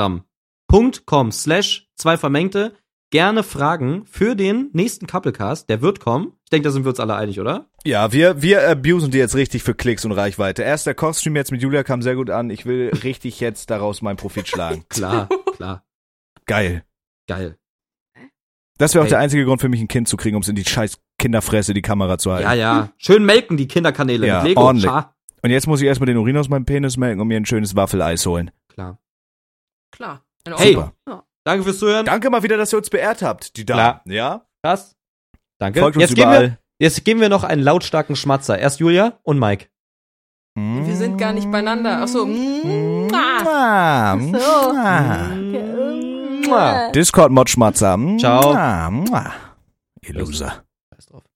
Instagram.com/2vermengte gerne Fragen für den nächsten Couplecast. Der wird kommen. Ich denke, da sind wir uns alle einig, oder? Ja, wir abusen die jetzt richtig für Klicks und Reichweite. Erst der Kochstream jetzt mit Julia kam sehr gut an. Ich will richtig jetzt daraus meinen Profit schlagen. Klar, klar. Geil. Geil. Das wäre auch Ey. der einzige Grund für mich, ein Kind zu kriegen, um es in die scheiß Kinderfresse die Kamera zu halten. Ja. Schön melken die Kinderkanäle Ja, mit Lego. ordentlich. Schar. Und jetzt muss ich erstmal den Urin aus meinem Penis melken und mir ein schönes Waffeleis holen. Klar. Klar. In Hey, Ordnung. danke fürs Zuhören. Danke mal wieder, dass ihr uns beehrt habt, die Damen. Ja? Krass. Danke. Folgt uns Jetzt überall. geben wir noch einen lautstarken Schmatzer. Erst Julia und Mike. Wir sind gar nicht beieinander. Achso. Discord-Mod-Schmatzer. Ciao. Ihr Loser. Scheiß drauf.